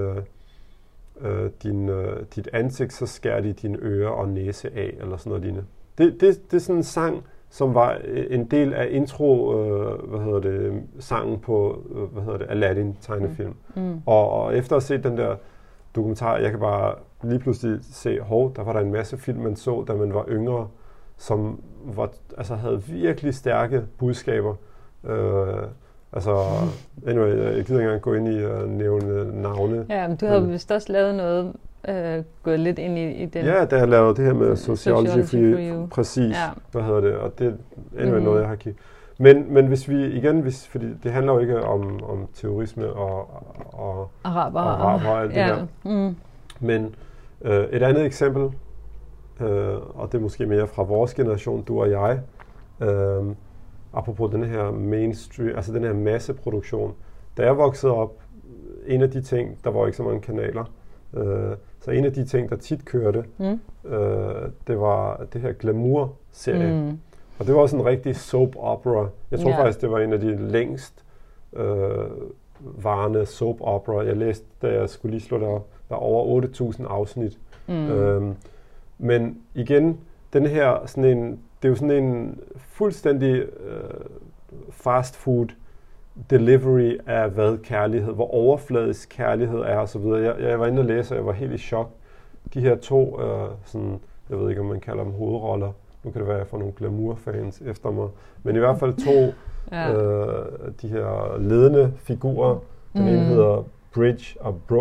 øh, din, øh, dit ansigt, så skærer de dine ører og næse af, eller sådan noget lignende. Det, det, det er sådan en sang, som var en del af intro, øh, hvad hedder det, sangen på, øh, hvad hedder det, Aladdin-tegnefilm. Mm. Mm. Og, og efter at have set den der dokumentar, jeg kan bare lige pludselig se, hov, der var der en masse film, man så, da man var yngre, som var, altså havde virkelig stærke budskaber. Øh, altså, anyway, jeg gider ikke engang gå ind i at nævne navne. Ja, men du havde men, vist også lavet noget, øh, gået lidt ind i, i den... Ja, da jeg lavede det her med Sociology, Sociology for You. Præcis, ja. Hvad hedder det, og det er anyway mm. noget, jeg har kigget. Men, men hvis vi igen, hvis, fordi det handler jo ikke om, om terrorisme og, og araber og, og alt det ja. der. Mm. Men øh, et andet eksempel, øh, og det er måske mere fra vores generation, du og jeg, øh, apropos den her mainstream, altså den her masseproduktion. Da jeg voksede op, en af de ting, der var ikke så mange kanaler, øh, så en af de ting, der tit kørte, mm. øh, det var det her glamour-serie. Mm. Og det var også en rigtig soap opera. Jeg tror yeah. faktisk, det var en af de længst øh, varende soap opera. Jeg læste, da jeg skulle lige slå det op, der er over otte tusind afsnit. Mm. Øhm, men igen, den her, sådan en, det er jo sådan en fuldstændig øh, fast food delivery af hvad kærlighed, hvor overfladisk kærlighed er og så videre. Jeg, jeg var inde og læse, og jeg var helt i chok. De her to, øh, sådan, jeg ved ikke, om man kalder dem hovedroller. Nu kan det være, at jeg får nogle glamour-fans efter mig. Men i hvert fald to ja. øh, de her ledende figurer. Den mm. ene hedder Bridge og Bro-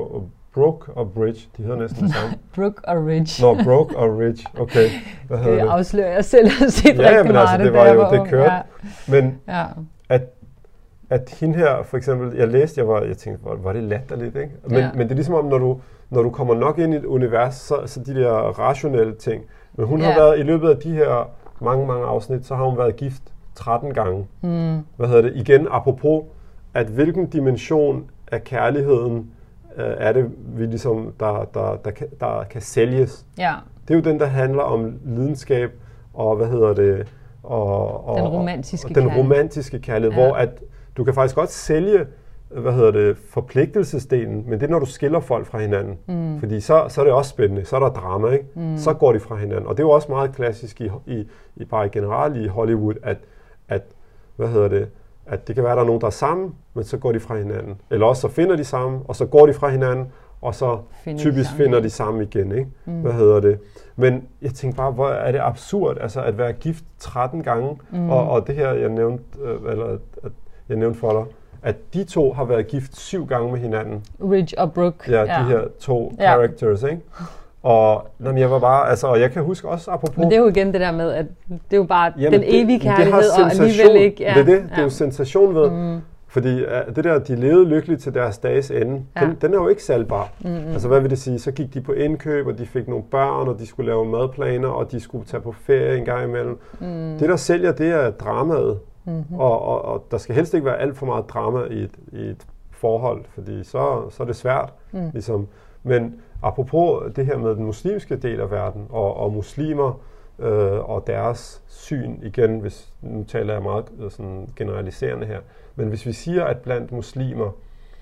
Brooke og Bridge, de hedder næsten det samme. Brooke og Ridge. Nå, Brooke og Ridge, okay. Hvad det det? afslører jeg selv har set ja, rigtig men meget altså, det, det var der jo, var det kørte. Ja. Men ja. at, at hende her, for eksempel, jeg læste, jeg, var, jeg tænkte, var, var det latterligt, ikke? Men, ja. men det er ligesom om, når du, når du kommer nok ind i et univers, så, så de der rationelle ting. Men hun ja. har været, i løbet af de her mange, mange afsnit, så har hun været gift tretten gange. Mm. Hvad hedder det? Igen, apropos, at hvilken dimension af kærligheden øh, er det, vi ligesom, der, der, der, kan, der kan sælges. Ja. Det er jo den, der handler om lidenskab og, hvad hedder det, og, og den romantiske og, og den kærlighed. romantiske kærlighed, ja. hvor at du kan faktisk godt sælge, hvad hedder det, forpligtelsesdelen, men det er, når du skiller folk fra hinanden. Mm. Fordi så, så er det også spændende, så er der drama, ikke? Mm. Så går de fra hinanden. Og det er jo også meget klassisk i, i, i bare generelt i Hollywood, at, at, hvad hedder det, at det kan være, at der er nogen, der er sammen, men så går de fra hinanden. Eller også så finder de sammen, og så går de fra hinanden, og så finder typisk de finder de sammen igen, ikke? Mm. Hvad hedder det? Men jeg tænker bare, hvor er det absurd, altså at være gift tretten gange, mm. og, og det her, jeg nævnte, øh, eller at jeg nævnte for dig, at de to har været gift syv gange med hinanden. Ridge og Brooke. Ja, de ja. her to ja. characters, ikke? Og jamen, jeg var bare, altså, og jeg kan huske også apropos... Men det er jo igen det der med, at det er jo bare jamen, den evige det, kærlighed, og alligevel ikke... Ja, det er det, det er ja. jo sensation ved. Mm. Fordi uh, det der, de levede lykkeligt til deres dages ende, ja. den, den er jo ikke salgbar. Mm-hmm. Altså hvad vil det sige? Så gik de på indkøb, og de fik nogle børn, og de skulle lave madplaner, og de skulle tage på ferie en gang imellem. Mm. Det der sælger, det er dramaet. Mm-hmm. Og, og, og der skal helst ikke være alt for meget drama i et, i et forhold, fordi så, så er det svært. Mm. Ligesom. Men apropos det her med den muslimske del af verden, og, og muslimer øh, og deres syn, igen, hvis, nu taler jeg meget sådan generaliserende her, men hvis vi siger, at blandt muslimer,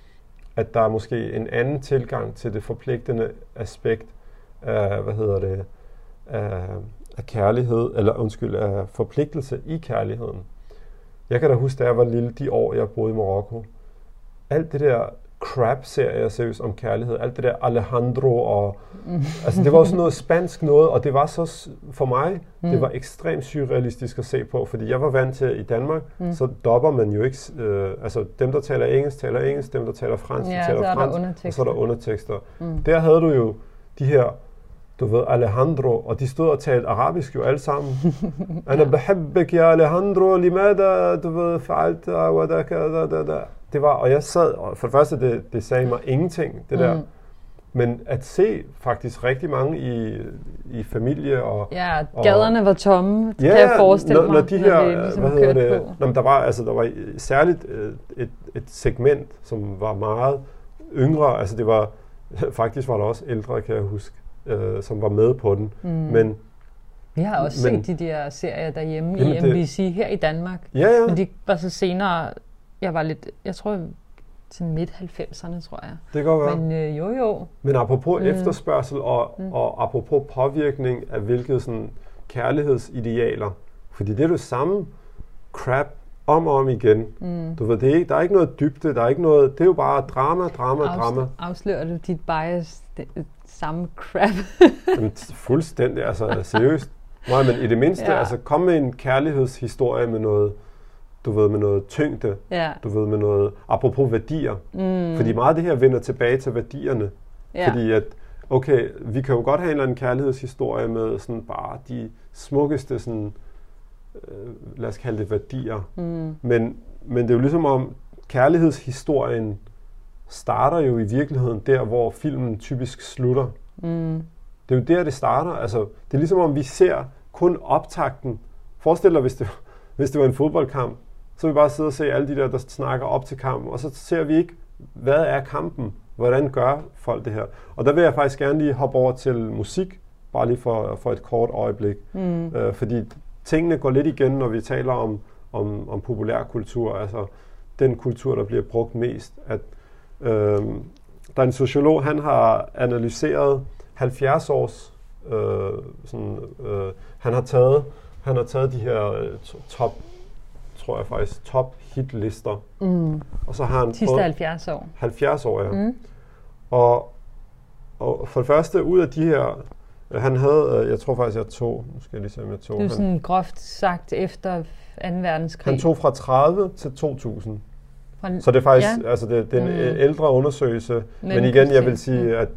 at der er måske en anden tilgang til det forpligtende aspekt af, hvad hedder det, af, af kærlighed, eller undskyld, af forpligtelse i kærligheden. Jeg kan da huske, da jeg var lille, de år, jeg boede i Marokko. Alt det der crap-serier, seriøst, om kærlighed, alt det der Alejandro, og mm. altså det var sådan noget spansk noget, og det var så, for mig, mm. det var ekstremt surrealistisk at se på, fordi jeg var vant til, i Danmark, mm. så dopper man jo ikke, øh, altså dem, der taler engelsk, taler engelsk, dem, der taler fransk, ja, taler fransk, og så er der undertekster. Mm. Der havde du jo de her, du ved, Alejandro, og de stod og talte arabisk jo alle sammen. Ana behibbek ya Alejandro, limada, du ved, fa'alta, wa da da da da. Det var, og jeg sad, og for det første, det, det sagde mig ingenting, det der. Mm. Men at se faktisk rigtig mange i, i familie og... Ja, gaderne og, var tomme, det ja, kan jeg forestille når, mig, når de her, når det ligesom hvad hedder det, på. Når der var, altså, der var særligt et, et segment, som var meget yngre, altså det var, faktisk var der også ældre, kan jeg huske, øh, som var med på den, mm. men... Vi har også men, set de der serier derhjemme i M B C det, her i Danmark, ja, ja. Men de var så senere... Jeg var lidt, jeg tror, til midt halvfemserne, tror jeg. Det kan godt være. Men øh, jo, jo. Men apropos mm. efterspørgsel og, mm. og apropos påvirkning af hvilke sådan kærlighedsidealer, fordi det er det samme crap om og om igen. Mm. Du ved, det er ikke, der er ikke noget dybde, der er ikke noget, det er jo bare drama, drama, Afs- drama. Afslører du dit bias, det, det samme crap? Jamen, fuldstændig, altså seriøst. Nej, men i det mindste, ja. altså kom med en kærlighedshistorie med noget, du ved, med noget tyngde, ja. du ved, med noget, apropos værdier. Mm. Fordi meget af det her vender tilbage til værdierne. Ja. Fordi at, okay, vi kan jo godt have en eller anden kærlighedshistorie med sådan bare de smukkeste, sådan, øh, lad os kalde det værdier. Mm. Men, men det er jo ligesom om, kærlighedshistorien starter jo i virkeligheden der, hvor filmen typisk slutter. Mm. Det er jo der, det starter. Altså, det er ligesom om, vi ser kun optakten. Forestil dig, hvis det, hvis det var en fodboldkamp, så vil vi bare sidde og se alle de der, der snakker op til kampen, og så ser vi ikke, hvad er kampen? Hvordan gør folk det her? Og der vil jeg faktisk gerne lige hoppe over til musik, bare lige for, for et kort øjeblik. Mm. Øh, fordi tingene går lidt igen, når vi taler om, om, om populærkultur, altså den kultur, der bliver brugt mest. At, øh, der er en sociolog, han har analyseret halvfjerds års, øh, sådan, øh, han har taget, han har taget de her øh, top, tror jeg faktisk, top hitlister. Mm. Og så har han sidste halvfjerds år. halvfjerds år, ja. Mm. Og, og for det første, ud af de her, han havde, jeg tror faktisk, jeg tog, nu skal jeg lige se, om jeg tog. Det er sådan groft sagt efter anden verdenskrig. Han tog fra tredive til to tusind. Fra, så det er faktisk, ja. altså det, det er en mm. ældre undersøgelse, men, men igen, jeg vil sige, at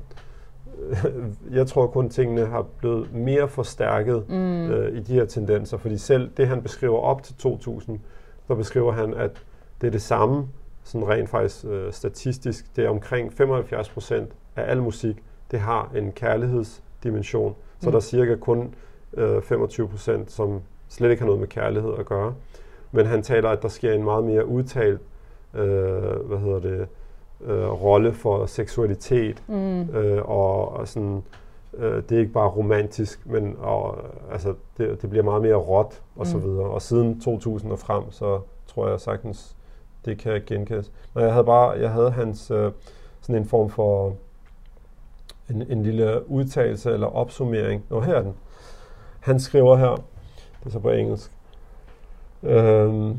jeg tror kun tingene har blevet mere forstærket mm. øh, i de her tendenser, fordi selv det han beskriver op til to tusind, der beskriver han, at det er det samme, sådan rent faktisk øh, statistisk, det er omkring femoghalvfjerds procent af al musik, det har en kærlighedsdimension, så mm. der er cirka kun øh, femogtyve procent, som slet ikke har noget med kærlighed at gøre. Men han taler, at der sker en meget mere udtalt øh, hvad hedder det, øh, rolle for seksualitet, mm. øh, og, og sådan, øh, det er ikke bare romantisk, men og, altså, det, det bliver meget mere råt og mm. så videre. Og siden to tusind og frem, så tror jeg sagtens, det kan genkendes. Men jeg havde bare, jeg havde hans øh, sådan en form for en, en lille udtalelse eller opsummering. Nå, her er den. Han skriver her, det er så på engelsk. Um,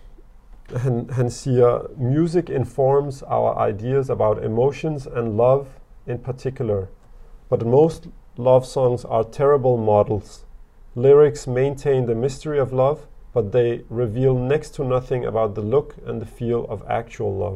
han, han siger, music informs our ideas about emotions and love in particular, but most love songs are terrible models. Lyrics maintain the mystery of love, but they reveal next to nothing about the look and the feel of actual love.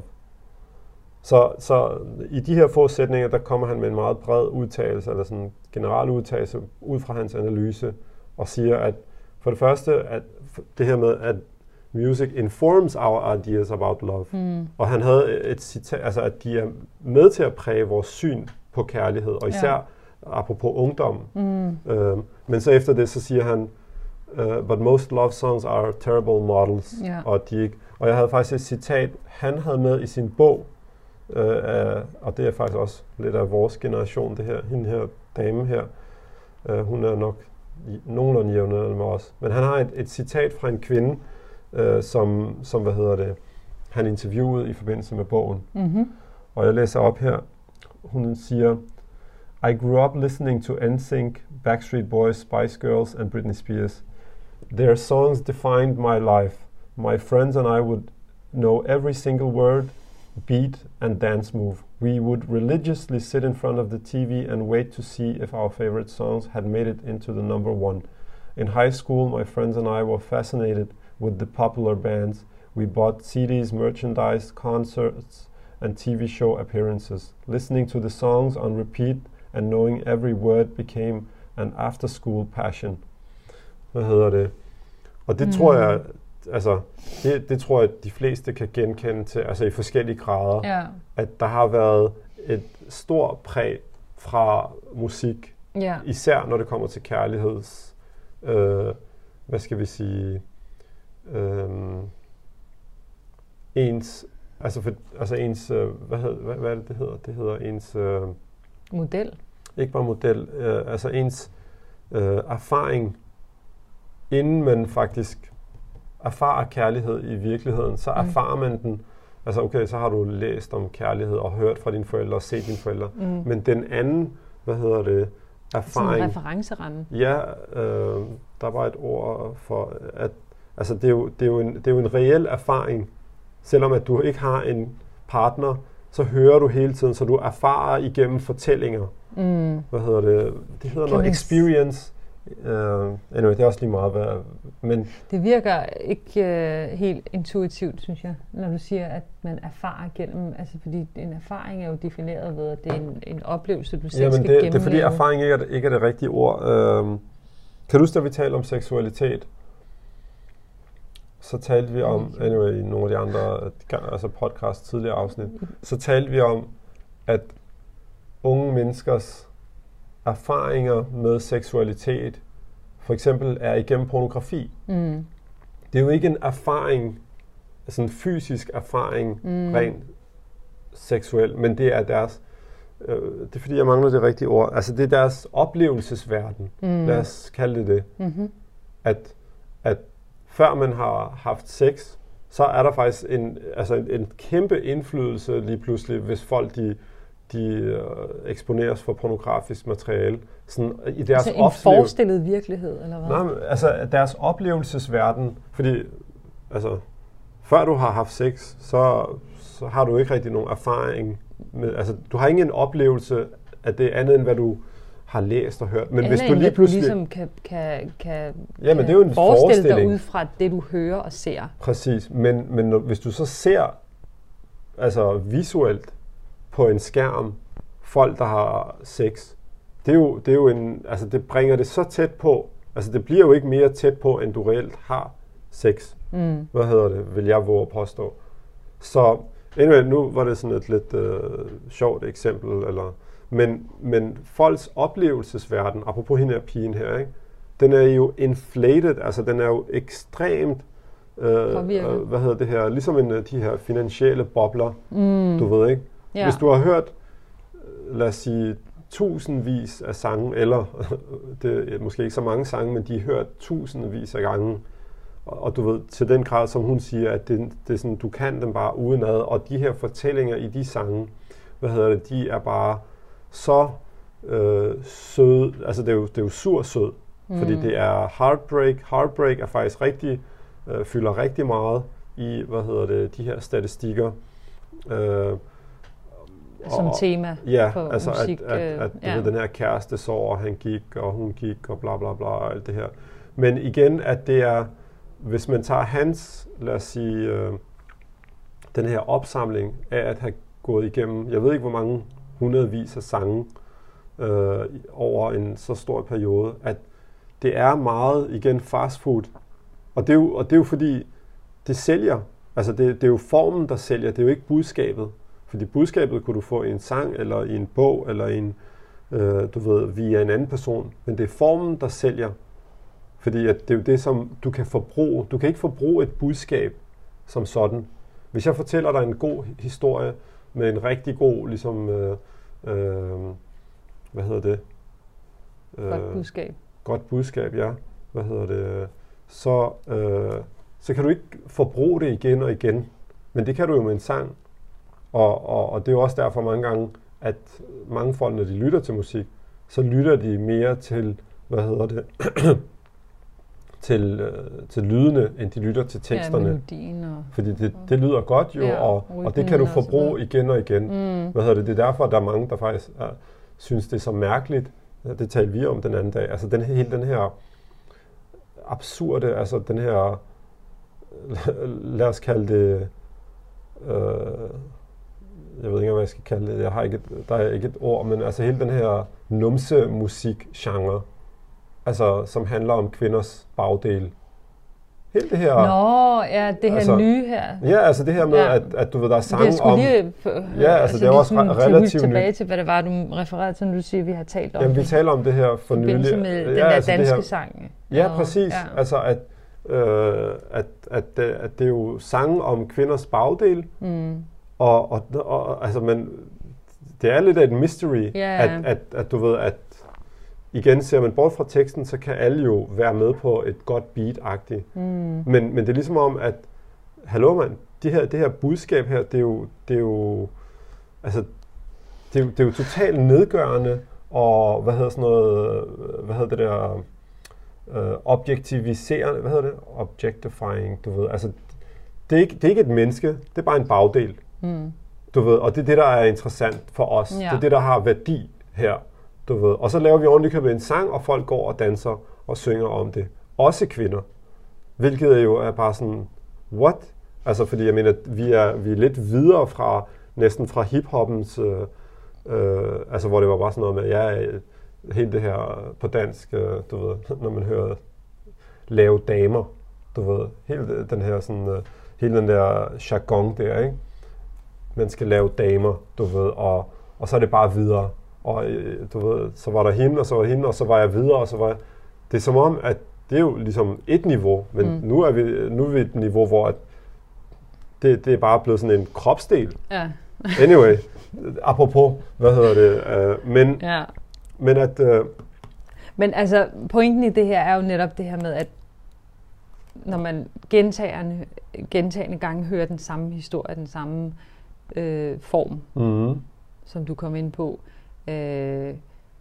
Så, så i de her få sætninger, der kommer han med en meget bred udtalelse, eller sådan en generel udtalelse, ud fra hans analyse, og siger, at for det første, at det her med, at music informs our ideas about love. Mm. Og han havde et citat, altså at de er med til at præge vores syn på kærlighed, og især ja. apropos ungdom. Mm. Øhm, men så efter det, så siger han, uh, but most love songs are terrible models. Ja. Og, de ikke, og jeg havde faktisk et citat, han havde med i sin bog, uh, uh, og det er faktisk også lidt af vores generation, det her, hende her dame her. Uh, hun er nok nogenlunde jævnaldrende med os. Men han har et, et citat fra en kvinde, øh, som, som, hvad hedder det, han interviewede i forbindelse med bogen. Mm-hmm. Og jeg læser op her. Hun siger, I grew up listening to N Sync, Backstreet Boys, Spice Girls and Britney Spears. Their songs defined my life. My friends and I would know every single word, beat and dance move. We would religiously sit in front of the T V and wait to see if our favorite songs had made it into the number one. In high school, my friends and I were fascinated with the popular bands. We bought C Ds, merchandise, concerts, and T V show appearances. Listening to the songs on repeat and knowing every word became an after-school passion. Hvad hedder det? Og det mm. tror jeg, altså, det, det tror jeg, at de fleste kan genkende til, altså i forskellige grader, ja. At der har været et stort præg fra musik, ja. Især når det kommer til kærligheds, øh, hvad skal vi sige, øh, ens, altså, for, altså ens, øh, hvad, hed, hvad, hvad er det, det hedder? Det hedder ens... Øh, model? Ikke bare model, øh, altså ens øh, erfaring, inden man faktisk erfarer kærlighed i virkeligheden, så erfarer mm. man den. Altså okay, så har du læst om kærlighed og hørt fra dine forældre og set dine forældre. Mm. Men den anden, hvad hedder det, erfaring... Sådan en referenceramme. Ja, øh, der var et ord for, at altså, det, er jo, det, er jo en, det er jo en reel erfaring. Selvom at du ikke har en partner, så hører du hele tiden, så du erfarer igennem fortællinger. Mm. Hvad hedder det? Det hedder noget experience. Uh, anyway, det er også lige meget, hvad, men... Det virker ikke uh, helt intuitivt, synes jeg, når du siger, at man erfarer gennem, altså fordi en erfaring er jo defineret ved, at det er en, en oplevelse, du selv ja, men skal det, gennemleve. det er fordi erfaring ikke er, det, ikke er det rigtige ord. Uh, kan du huske, da vi talte om seksualitet? Så talte vi om, anyway, i nogle af de andre altså podcast tidligere afsnit, så talte vi om, at unge menneskers erfaringer med seksualitet, for eksempel er igennem pornografi. Mm. Det er jo ikke en erfaring, altså en fysisk erfaring, mm. rent seksuel, men det er deres, øh, det er fordi, jeg mangler det rigtige ord, altså det er deres oplevelsesverden, mm. lad os kalde det det, mm-hmm. at, at før man har haft sex, så er der faktisk en, altså en, en kæmpe indflydelse lige pludselig, hvis folk de de øh, eksponeres for pornografisk materiale. Sådan, i deres altså en forestillet virkelighed, eller hvad? Nej, men, altså deres oplevelsesverden, fordi altså, før du har haft sex, så, så har du ikke rigtig nogen erfaring med, altså du har ingen oplevelse af det andet, end hvad du har læst og hørt. Men eller hvis du lige pludselig... du ligesom kan, kan, kan, ja, men det er jo en forestille dig ud fra det, du hører og ser. Præcis, men, men når, hvis du så ser altså visuelt på en skærm, folk, der har sex, det er jo, det er jo en, altså det bringer det så tæt på, altså det bliver jo ikke mere tæt på, end du reelt har sex. Mm. Hvad hedder det, vil jeg våge at påstå. Så anyway, nu var det sådan et lidt øh, sjovt eksempel, eller, men, men folks oplevelsesverden, apropos hende her pigen her, ikke, den er jo inflated, altså den er jo ekstremt, øh, øh, hvad hedder det her, ligesom en af de her finansielle bobler, mm. du ved ikke. Ja. Hvis du har hørt, lad os sige, tusindvis af sange, eller det er måske ikke så mange sange, men de har hørt tusindvis af gange, og, og du ved, til den grad, som hun siger, at det, det er sådan, du kan dem bare udenad, og de her fortællinger i de sange, hvad hedder det, de er bare så øh, søde, altså det er jo, det er jo sur sød, mm. fordi det er heartbreak, heartbreak er faktisk rigtig, øh, fylder rigtig meget i, hvad hedder det, de her statistikker, øh, som og, tema ja, på altså musik. at, at, at ja. ved, den her kæreste så, og han gik, og hun gik, og bla bla bla, og alt det her. Men igen, at det er, hvis man tager hans, lad os sige, øh, den her opsamling af at have gået igennem, jeg ved ikke, hvor mange hundredvis af sange øh, over en så stor periode, at det er meget, igen, fast food. Og det er jo, og det er jo fordi, det sælger. Altså, det, det er jo formen, der sælger, det er jo ikke budskabet. Fordi budskabet kunne du få i en sang, eller i en bog, eller i en, øh, du ved, via en anden person. Men det er formen, der sælger. Fordi at det er jo det, som du kan forbruge. Du kan ikke forbruge et budskab som sådan. Hvis jeg fortæller dig en god historie, med en rigtig god, ligesom, øh, øh, hvad hedder det? Øh, godt budskab. Godt budskab, ja. Hvad hedder det? Så, øh, så kan du ikke forbruge det igen og igen. Men det kan du jo med en sang. Og, og, og det er jo også derfor mange gange, at mange folk, når de lytter til musik, så lytter de mere til, hvad hedder det, til, øh, til lydene, end de lytter til teksterne. Ja, melodien og... Fordi det, det lyder godt jo, ja, og, og det kan du forbruge igen og igen. Mm. Hvad hedder det? Det er derfor, at der er mange, der faktisk er, synes, det er så mærkeligt. Det talte vi om den anden dag. Altså den, hele den her absurde, altså den her, lad os kalde det, øh, jeg ved ikke, hvad jeg skal kalde det, jeg har ikke et, der er ikke et ord, men altså hele den her numse-musik-genre, altså som handler om kvinders bagdel. Hele det her... Nå, ja, det her altså, nye her. Ja, altså det her med, ja. at, at du ved, der er sange om... Lige, ja, altså, altså det er også sådan, relativt tilbage nyt. til, hvad det var, du refererede til, når du siger, at vi har talt om Jamen, det. vi taler om det her for nylig. Med ja, den der altså danske her, sang. Ja, og, præcis. Ja. Altså, at, øh, at, at, at det er jo sange om kvinders bagdel, mm. og, og, og altså, men det er lidt af et mystery, ja. at, at, at du ved, at igen, ser man bort fra teksten, så kan alle jo være med på et godt beat-agtigt. Mm. Men, men det er ligesom om, at hallo mand, det her, det her budskab her, det er jo, det er jo, altså, det er jo, det er jo totalt nedgørende, og hvad hedder sådan noget, hvad hedder det der, øh, objektiviserende, hvad hedder det? Objectifying, du ved. Altså, det er ikke, det er ikke et menneske, det er bare en bagdel. Mm. Du ved, og det er det, der er interessant for os. Ja. Det er det, der har værdi her. Du ved. Og så laver vi ordentligt købet en sang, og folk går og danser og synger om det. Også kvinder. Hvilket jo er bare sådan, what? Altså, fordi jeg mener, vi er, vi er lidt videre fra, næsten fra hiphoppens, øh, øh, altså hvor det var bare sådan noget med, ja, helt det her på dansk, øh, du ved, når man hører lave damer, du ved, hele den her sådan, øh, hele den der jargon der, ikke? Man skal lave damer, du ved, og, og så er det bare videre. Og du ved, så var der hende, og så var hende, og så var jeg videre, og så var jeg... Det er som om, at det er jo ligesom et niveau, men mm. nu er vi nu er vi et niveau, hvor at det, det er bare blevet sådan en kropsdel. Ja. Anyway, apropos, hvad hedder det? Uh, men, ja. men at... Uh, men altså, pointen i det her er jo netop det her med, at når man gentagende, gentagende gange hører den samme historie, den samme øh, form, mm. som du kom ind på, Øh,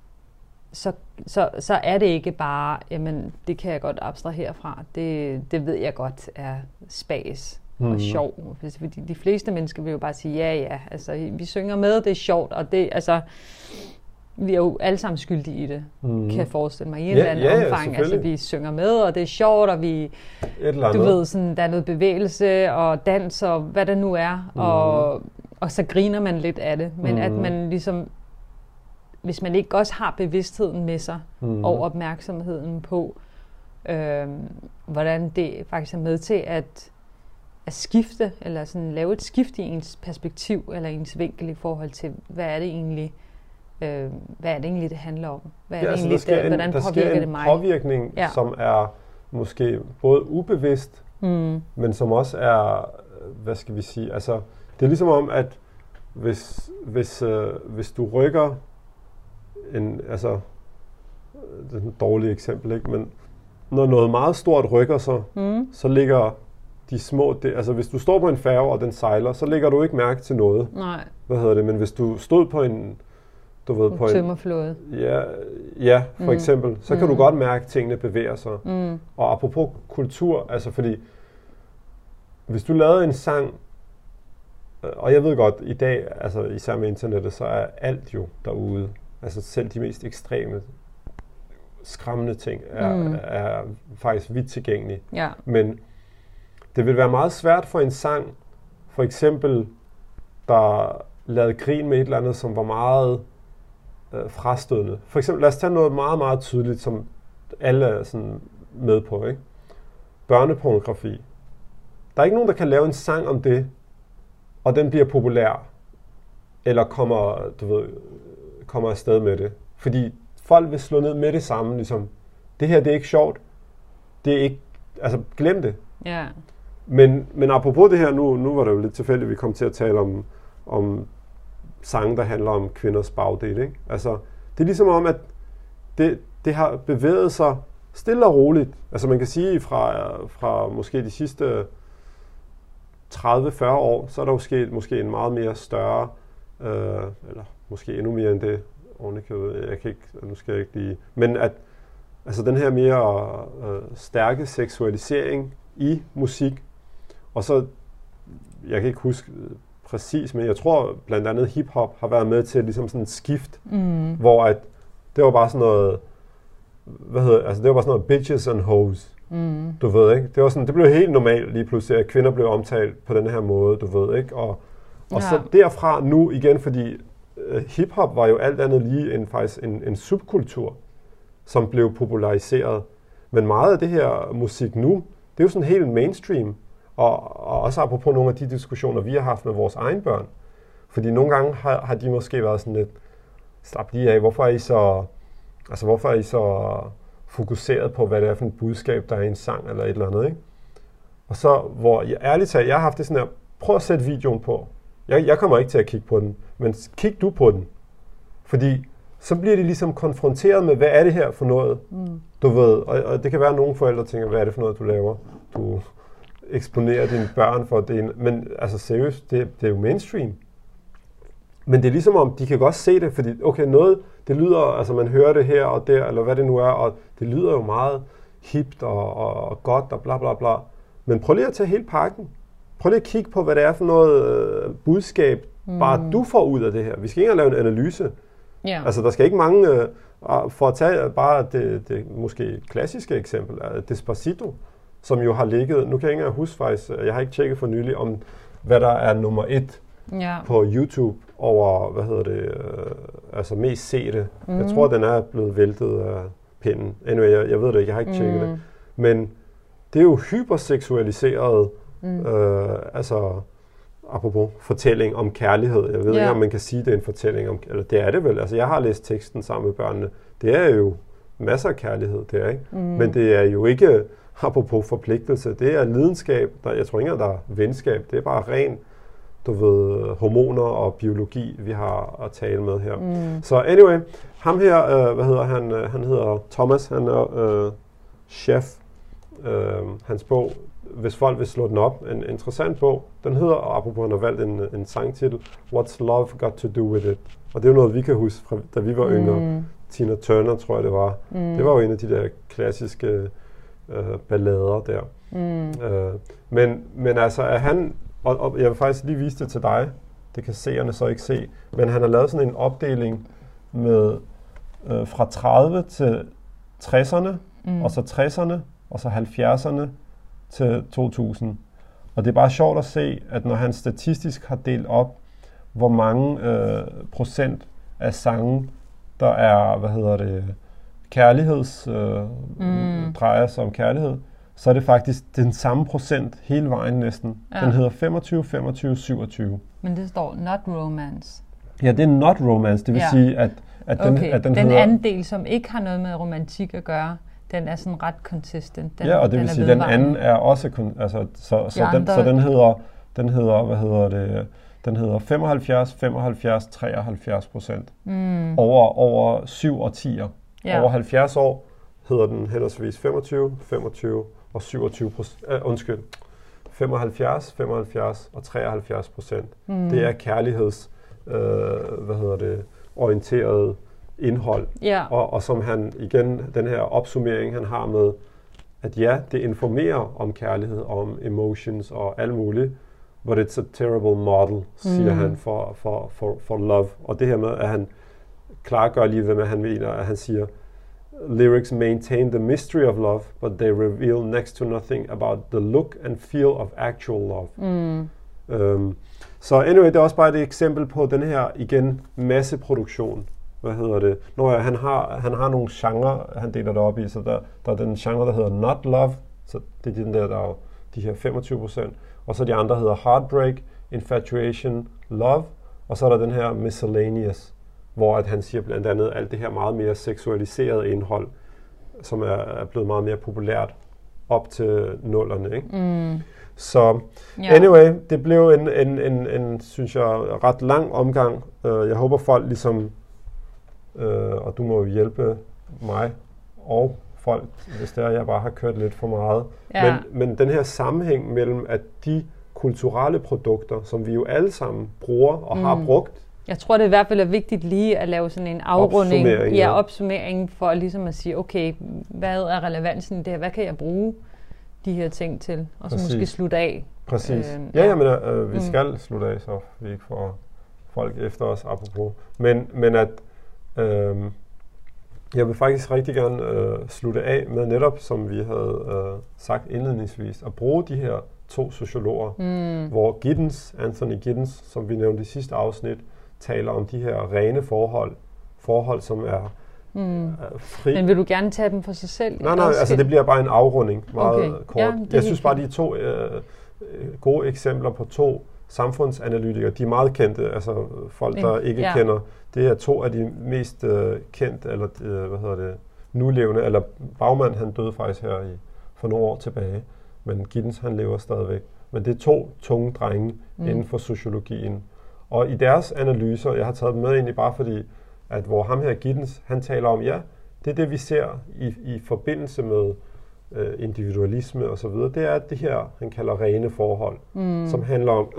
så, så, så er det ikke bare, jamen det kan jeg godt abstrahere fra, det, det ved jeg godt er spas og mm. sjov. Fordi de fleste mennesker vil jo bare sige, ja ja, altså vi synger med, det er sjovt, og det, altså, vi er jo alle sammen skyldige i det, mm. kan jeg forestille mig, i en ja, eller anden ja, omfang. Altså vi synger med, og det er sjovt, og vi, du ved, sådan, der er noget bevægelse og dans og hvad det nu er, mm. og og så griner man lidt af det, men mm. at man ligesom, hvis man ikke også har bevidstheden med sig, mm. og opmærksomheden på, øh, hvordan det faktisk er med til at, at skifte, eller sådan lave et skift i ens perspektiv, eller ens vinkel i forhold til, hvad er det egentlig, øh, hvad er det egentlig, det handler om? Hvad er ja, det altså egentlig, der det, hvordan en, påvirker der det mig? Der sker en påvirkning, ja. som er måske både ubevidst, mm. men som også er, hvad skal vi sige, altså det er ligesom om, at hvis, hvis, øh, hvis du rykker en, altså det er et dårligt eksempel, ikke? Men når noget meget stort rykker sig, mm. så ligger de små, det, altså hvis du står på en færge, og den sejler, så lægger du ikke mærke til noget. Nej. Hvad hedder det? Men hvis du stod på en, du ved, på en tømmerflåde. Ja, ja, for mm. eksempel, så kan mm. du godt mærke, at tingene bevæger sig. Mm. Og apropos kultur, altså fordi, hvis du lavede en sang, og jeg ved godt, i dag, altså især med internettet, så er alt jo derude. Altså selv de mest ekstreme, skræmmende ting er, mm. er faktisk vidt tilgængelige. Ja. Men det vil være meget svært for en sang, for eksempel, der lavede grin med et eller andet, som var meget øh, frastødende. For eksempel, lad os tage noget meget, meget tydeligt, som alle er sådan med på, ikke? Børnepornografi. Der er ikke nogen, der kan lave en sang om det, og den bliver populær, eller kommer, du ved, kommer afsted med det. Fordi folk vil slå ned med det samme, ligesom, det her, det er ikke sjovt, det er ikke, altså, glem det. Ja. Men, men apropos det her, nu, nu var det jo lidt tilfældigt, at vi kom til at tale om, om sange, der handler om kvinders bagdel, ikke? Altså, det er ligesom om, at det, det har bevæget sig stille og roligt. Altså, man kan sige, fra, fra måske de sidste tredive til fyrre år, så er der jo sket måske en meget mere større, øh, eller måske endnu mere end det, jeg kan ikke, nu skal jeg ikke lige, men at altså den her mere øh, stærke seksualisering i musik, og så, jeg kan ikke huske præcis, men jeg tror blandt andet hiphop har været med til ligesom sådan et skift, mm. hvor at det var bare sådan noget, hvad hedder, altså det var bare sådan noget bitches and hoes, mm. du ved, ikke? Det var sådan, det blev helt normalt lige pludselig, at kvinder blev omtalt på den her måde, du ved, ikke? Og, og ja. så derfra nu igen, fordi uh, hiphop var jo alt andet lige en, faktisk en, en subkultur, som blev populariseret. Men meget af det her musik nu, det er jo sådan helt mainstream. Og, og også apropos nogle af de diskussioner, vi har haft med vores egne børn. Fordi nogle gange har, har de måske været sådan lidt, slap lige af, hvorfor er I så, altså hvorfor er I så fokuseret på, hvad det er for et budskab, der er i en sang eller et eller andet, ikke? Og så, hvor jeg ærligt talt, jeg har haft det sådan her, prøv at sætte videoen på. Jeg, jeg kommer ikke til at kigge på den, men kig du på den. Fordi så bliver de ligesom konfronteret med, hvad er det her for noget, mm. du ved. Og, og det kan være, at nogle forældre tænker, hvad er det for noget, du laver? Du eksponerer dine børn for det. Men altså seriøst, det, det er jo mainstream. Men det er ligesom om, de kan godt se det, fordi okay, noget, det lyder, altså man hører det her og der, eller hvad det nu er, og det lyder jo meget hipt og, og, og godt og bla bla bla. Men prøv lige at tage hele pakken. Prøv lige at kigge på, hvad det er for noget øh, budskab, mm. bare du får ud af det her. Vi skal ikke engang lave en analyse. Yeah. Altså, der skal ikke mange, øh, for at tage bare det, det måske klassiske eksempel, Despacito, som jo har ligget, nu kan jeg ikke engang huske faktisk, jeg har ikke tjekket for nylig, om hvad der er nummer et yeah. på YouTube over, hvad hedder det, øh, altså mest sete. Mm. Jeg tror, den er blevet væltet af pinden. Anyway, jeg, jeg ved det ikke, jeg har ikke tjekket mm. det. Men det er jo hyperseksualiseret, mm. øh, altså apropos fortælling om kærlighed. Jeg ved yeah. ikke, om man kan sige, det er en fortælling om, eller det er det vel. Altså, jeg har læst teksten sammen med børnene. Det er jo masser af kærlighed, det er ikke. Mm. Men det er jo ikke, apropos forpligtelse, det er lidenskab. Der, jeg tror ikke, der er venskab. Det er bare ren, du ved, hormoner og biologi, vi har at tale med her. Mm. Så anyway, ham her, øh, hvad hedder han? Han hedder Thomas, han er øh, chef. Øh, hans bog, hvis folk vil slå den op, en interessant bog. Den hedder, og apropos han har valgt en, en sangtitel, What's Love Got to Do With It? Og det er jo noget, vi kan huske, fra, da vi var mm. yngre. Tina Turner, tror jeg det var. Mm. Det var jo en af de der klassiske øh, ballader der. Mm. Øh, men, men altså, er han, og, og jeg vil faktisk lige vise det til dig, det kan seerne så ikke se, men han har lavet sådan en opdeling med øh, fra tredive til tresserne, mm. og så tresserne, og så halvfjerdserne til to tusind. Og det er bare sjovt at se, at når han statistisk har delt op, hvor mange øh, procent af sangen, der er, hvad hedder det, kærligheds, øh, mm. drejer sig om kærlighed, så er det faktisk den samme procent hele vejen næsten. Ja. Den hedder femogtyve, femogtyve, syvogtyve. Men det står not romance. Ja, det er not romance. Det vil ja. sige, at, at den, okay. at den, den hedder... anden del, som ikke har noget med romantik at gøre, den er sådan ret consistent. Den, ja, og det vil sige, at den anden er også... Kon- altså, så, så, den, så den hedder, den hedder, hvad hedder det... Den hedder femoghalvfjerds, femoghalvfjerds, treoghalvfjerds procent. Mm. Over, over syv og tier. Ja. Over halvfjerds år hedder den henholdsvis femogtyve, femogtyve og syvogtyve procent. Uh, undskyld. femoghalvfjerds, femoghalvfjerds og treoghalvfjerds procent. Mm. Det er kærligheds, øh, hvad hedder det, orienteret indhold. Ja. Og, og som han igen, den her opsummering, han har med, at ja, det informerer om kærlighed, om emotions og alt muligt, but it's a terrible model, siger mm. han, for, for, for, for love. Og det her med, at han klargør lige, hvad han mener, at han siger, lyrics maintain the mystery of love, but they reveal next to nothing about the look and feel of actual love. Mm. Um, så anyway, det er også bare et eksempel på den her, igen, masseproduktion. Hvad hedder det? Når jeg, han, har, han har nogle genre, han deler det op i, så der, der er den genre, der hedder not love, så det er den der, der er de her femogtyve procent, og så de andre hedder heartbreak, infatuation, love, og så er der den her miscellaneous, hvor at han siger blandt andet alt det her meget mere seksualiserede indhold, som er, er blevet meget mere populært op til nullerne, ikke? Mm. Så ja. Anyway, det blev en, en, en, en, synes jeg, ret lang omgang. Uh, jeg håber folk ligesom, uh, og du må jo hjælpe mig og folk, hvis det er, jeg bare har kørt lidt for meget. Ja. Men, men den her sammenhæng mellem, at de kulturelle produkter, som vi jo alle sammen bruger og mm. har brugt. Jeg tror, det i hvert fald er vigtigt lige at lave sådan en afrunding, opsummering, ja, opsummering for ligesom at sige, okay, hvad er relevansen i det her? Hvad kan jeg bruge de her ting til? Og så Præcis. Måske slutte af. Præcis. Øh, ja, ja, men øh, vi mm. skal slutte af, så vi ikke får folk efter os, apropos. Men, men at øh, jeg vil faktisk rigtig gerne øh, slutte af med netop, som vi havde øh, sagt indledningsvis, at bruge de her to sociologer, mm. hvor Giddens, Anthony Giddens, som vi nævnte i sidste afsnit, taler om de her rene forhold, forhold som er mm. øh, fri. Men vil du gerne tage dem for sig selv? Nej, nej, altså det bliver bare en afrunding, meget okay. kort. Ja, jeg synes bare, de to øh, gode eksempler på to samfundsanalytikere, de er meget kendte, altså folk, der ikke ja. kender. Det er to af de mest øh, kendte, eller øh, hvad hedder det, nulevende, eller Baumann, han døde faktisk her i, for nogle år tilbage, men Giddens, han lever stadigvæk. Men det er to tunge drenge mm. inden for sociologien. Og i deres analyser, jeg har taget dem med egentlig bare fordi, at hvor ham her Giddens, han taler om, ja, det er det, vi ser i, i forbindelse med øh, individualisme og så videre, det er det her, han kalder rene forhold, mm. som handler om,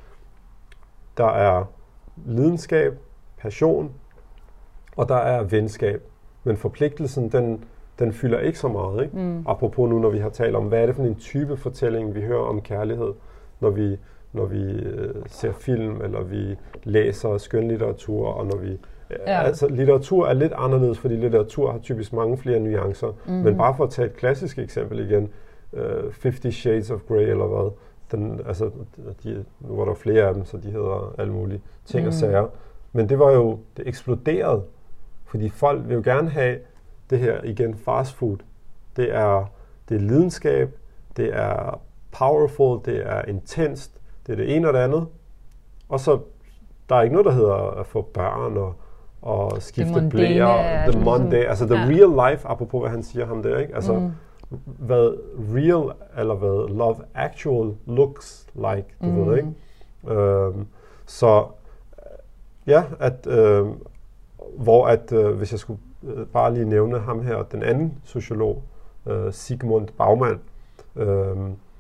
der er lidenskab, passion, og der er venskab. Men forpligtelsen, den, den fylder ikke så meget, ikke? Mm. Apropos nu, når vi har talt om, hvad er det for en type fortælling, vi hører om kærlighed, når vi, når vi øh, ser film, eller vi læser skønlitteratur, og når vi... Ja. Altså, litteratur er lidt anderledes, fordi litteratur har typisk mange flere nuancer. Mm-hmm. Men bare for at tage et klassisk eksempel igen, uh, Fifty Shades of Grey, eller hvad, den, altså, de, nu var der flere af dem, så de hedder alle mulige ting mm. og sager. Men det var jo, det eksploderede, fordi folk vil jo gerne have det her, igen, fast food. Det er, det er lidenskab, det er powerful, det er intenst, det er det ene og det andet. Og så, der er ikke noget, der hedder at få børn og, og skifte blære, the Monday, altså the ja. real life, apropos hvad han siger ham der, ikke? Altså, mm. hvad real, eller hvad love actual looks like, du mm. ved, ikke? Um, så, ja, at, øh, hvor at, øh, hvis jeg skulle øh, bare lige nævne ham her, den anden sociolog, øh, Zygmunt Bauman, øh,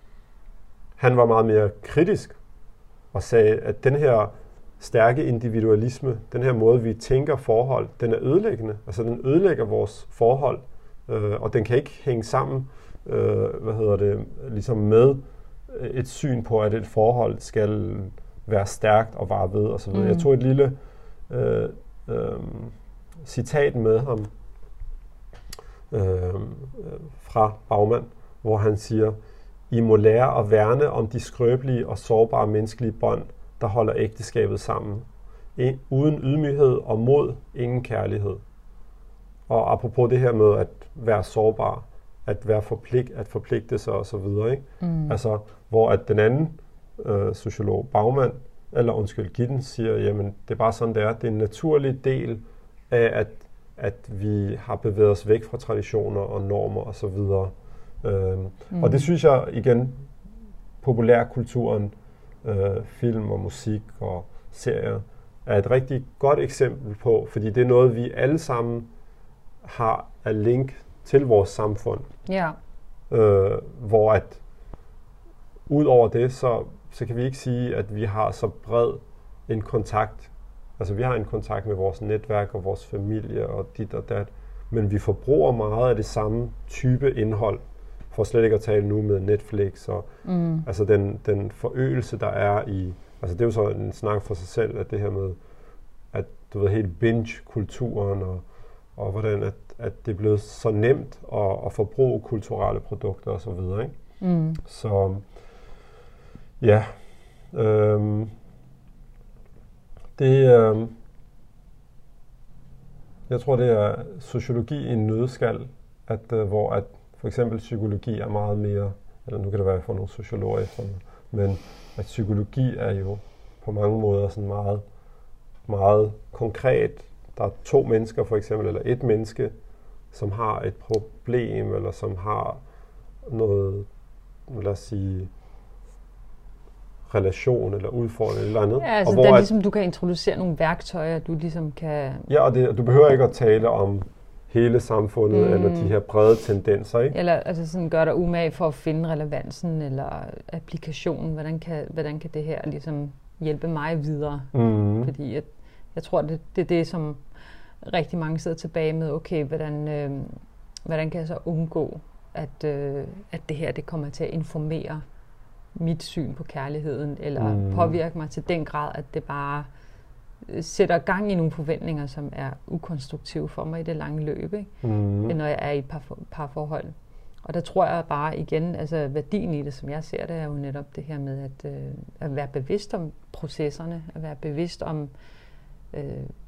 han var meget mere kritisk og sagde, at den her stærke individualisme, den her måde, vi tænker forhold, den er ødelæggende. Altså, den ødelægger vores forhold, øh, og den kan ikke hænge sammen, øh, hvad hedder det, ligesom med et syn på, at et forhold skal være stærkt og vare ved, og så videre. Mm. Jeg tog et lille øh, øh, citat med ham øh, fra Bauman, hvor han siger, I må lære at værne om de skrøbelige og sårbare menneskelige bånd, der holder ægteskabet sammen. En, uden ydmyghed og mod, ingen kærlighed. Og apropos det her med at være sårbar, at være forpligt, at forpligte sig og så videre, ikke? Mm. Altså, hvor at den anden øh, sociolog, Baumann, eller undskyld, Giddens, siger, jamen, det er bare sådan, det er. Det er en naturlig del af, at, at vi har bevæget os væk fra traditioner og normer og så videre. Øhm, mm. Og det synes jeg, igen, populærkulturen, øh, film og musik og serier, er et rigtig godt eksempel på, fordi det er noget, vi alle sammen har af link til vores samfund. Ja. Øh, hvor at ud over det, så, så kan vi ikke sige, at vi har så bred en kontakt. Altså vi har en kontakt med vores netværk og vores familie og dit og dat, men vi forbruger meget af det samme type indhold, for slet ikke at tale nu med Netflix og mm. altså den, den forøgelse, der er i, altså det er jo så en snak for sig selv, at det her med, at du ved, helt binge-kulturen og, og hvordan at, at det er blevet så nemt at, at forbruge kulturelle produkter og så videre, ikke? Mm. Så ja, øhm, det øhm, jeg tror, det er sociologi i en nøddeskal, at øh, hvor at for eksempel psykologi er meget mere, eller nu kan det være, at jeg får nogle sociologer efter mig, men at psykologi er jo på mange måder sådan meget, meget konkret. Der er to mennesker for eksempel, eller et menneske, som har et problem, eller som har noget, lad os sige, relation eller udfordring eller andet. Ja, altså og hvor der er at, ligesom, du kan introducere nogle værktøjer, du ligesom kan... Ja, og det, du behøver ikke at tale om hele samfundet, mm. eller de her brede tendenser, ikke? Eller altså sådan gør dig umage for at finde relevansen eller applikationen. Hvordan kan, hvordan kan det her ligesom hjælpe mig videre? Mm. Fordi jeg, jeg tror, det, det er det, som rigtig mange sidder tilbage med. Okay, hvordan, øh, hvordan kan jeg så undgå, at, øh, at det her det kommer til at informere mit syn på kærligheden, eller mm. påvirke mig til den grad, at det bare sætter gang i nogle forventninger, som er ukonstruktive for mig i det lange løb, ikke? Mm. Når jeg er i et par, parforhold. Og der tror jeg bare igen, altså værdien i det, som jeg ser det, er jo netop det her med at, øh, at være bevidst om processerne, at være bevidst om øh,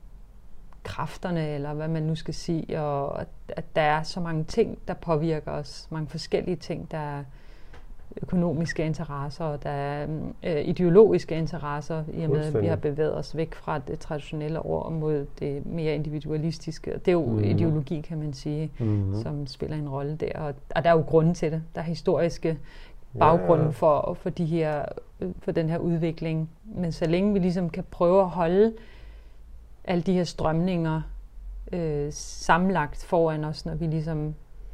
kræfterne, eller hvad man nu skal sige, og at, at der er så mange ting, der påvirker os, mange forskellige ting, der er økonomiske interesser, og der er øh, ideologiske interesser, i og med, at vi har bevæget os væk fra det traditionelle over mod det mere individualistiske. Det er jo mm. ideologi, kan man sige, mm. som spiller en rolle der. Og, og der er jo grunde til det. Der er historiske baggrunde yeah. for, for, de her, for den her udvikling. Men så længe vi ligesom kan prøve at holde alle de her strømninger øh, sammenlagt foran os, når vi ligesom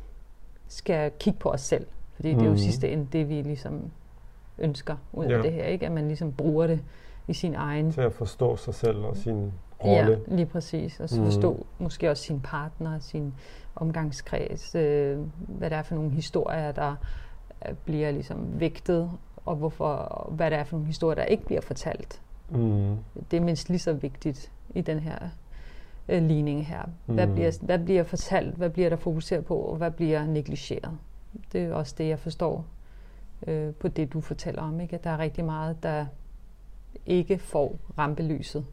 skal kigge på os selv. Fordi mm. det er jo sidste ende det, vi ligesom ønsker ud ja. af det her, ikke? At man ligesom bruger det i sin egen... Til at forstå sig selv og sin rolle. Ja, lige præcis. Og mm. forstå måske også sin partner, sin omgangskreds, øh, hvad det er for nogle historier, der bliver ligesom vægtet, og hvorfor, hvad det er for nogle historier, der ikke bliver fortalt. Mm. Det er mindst lige så vigtigt i den her øh, ligning her. Hvad, mm. bliver, hvad bliver fortalt, hvad bliver der fokuseret på, og hvad bliver negligeret? Det er også det, jeg forstår øh, på det, du fortæller om, ikke? At der er rigtig meget, der ikke får rampelyset.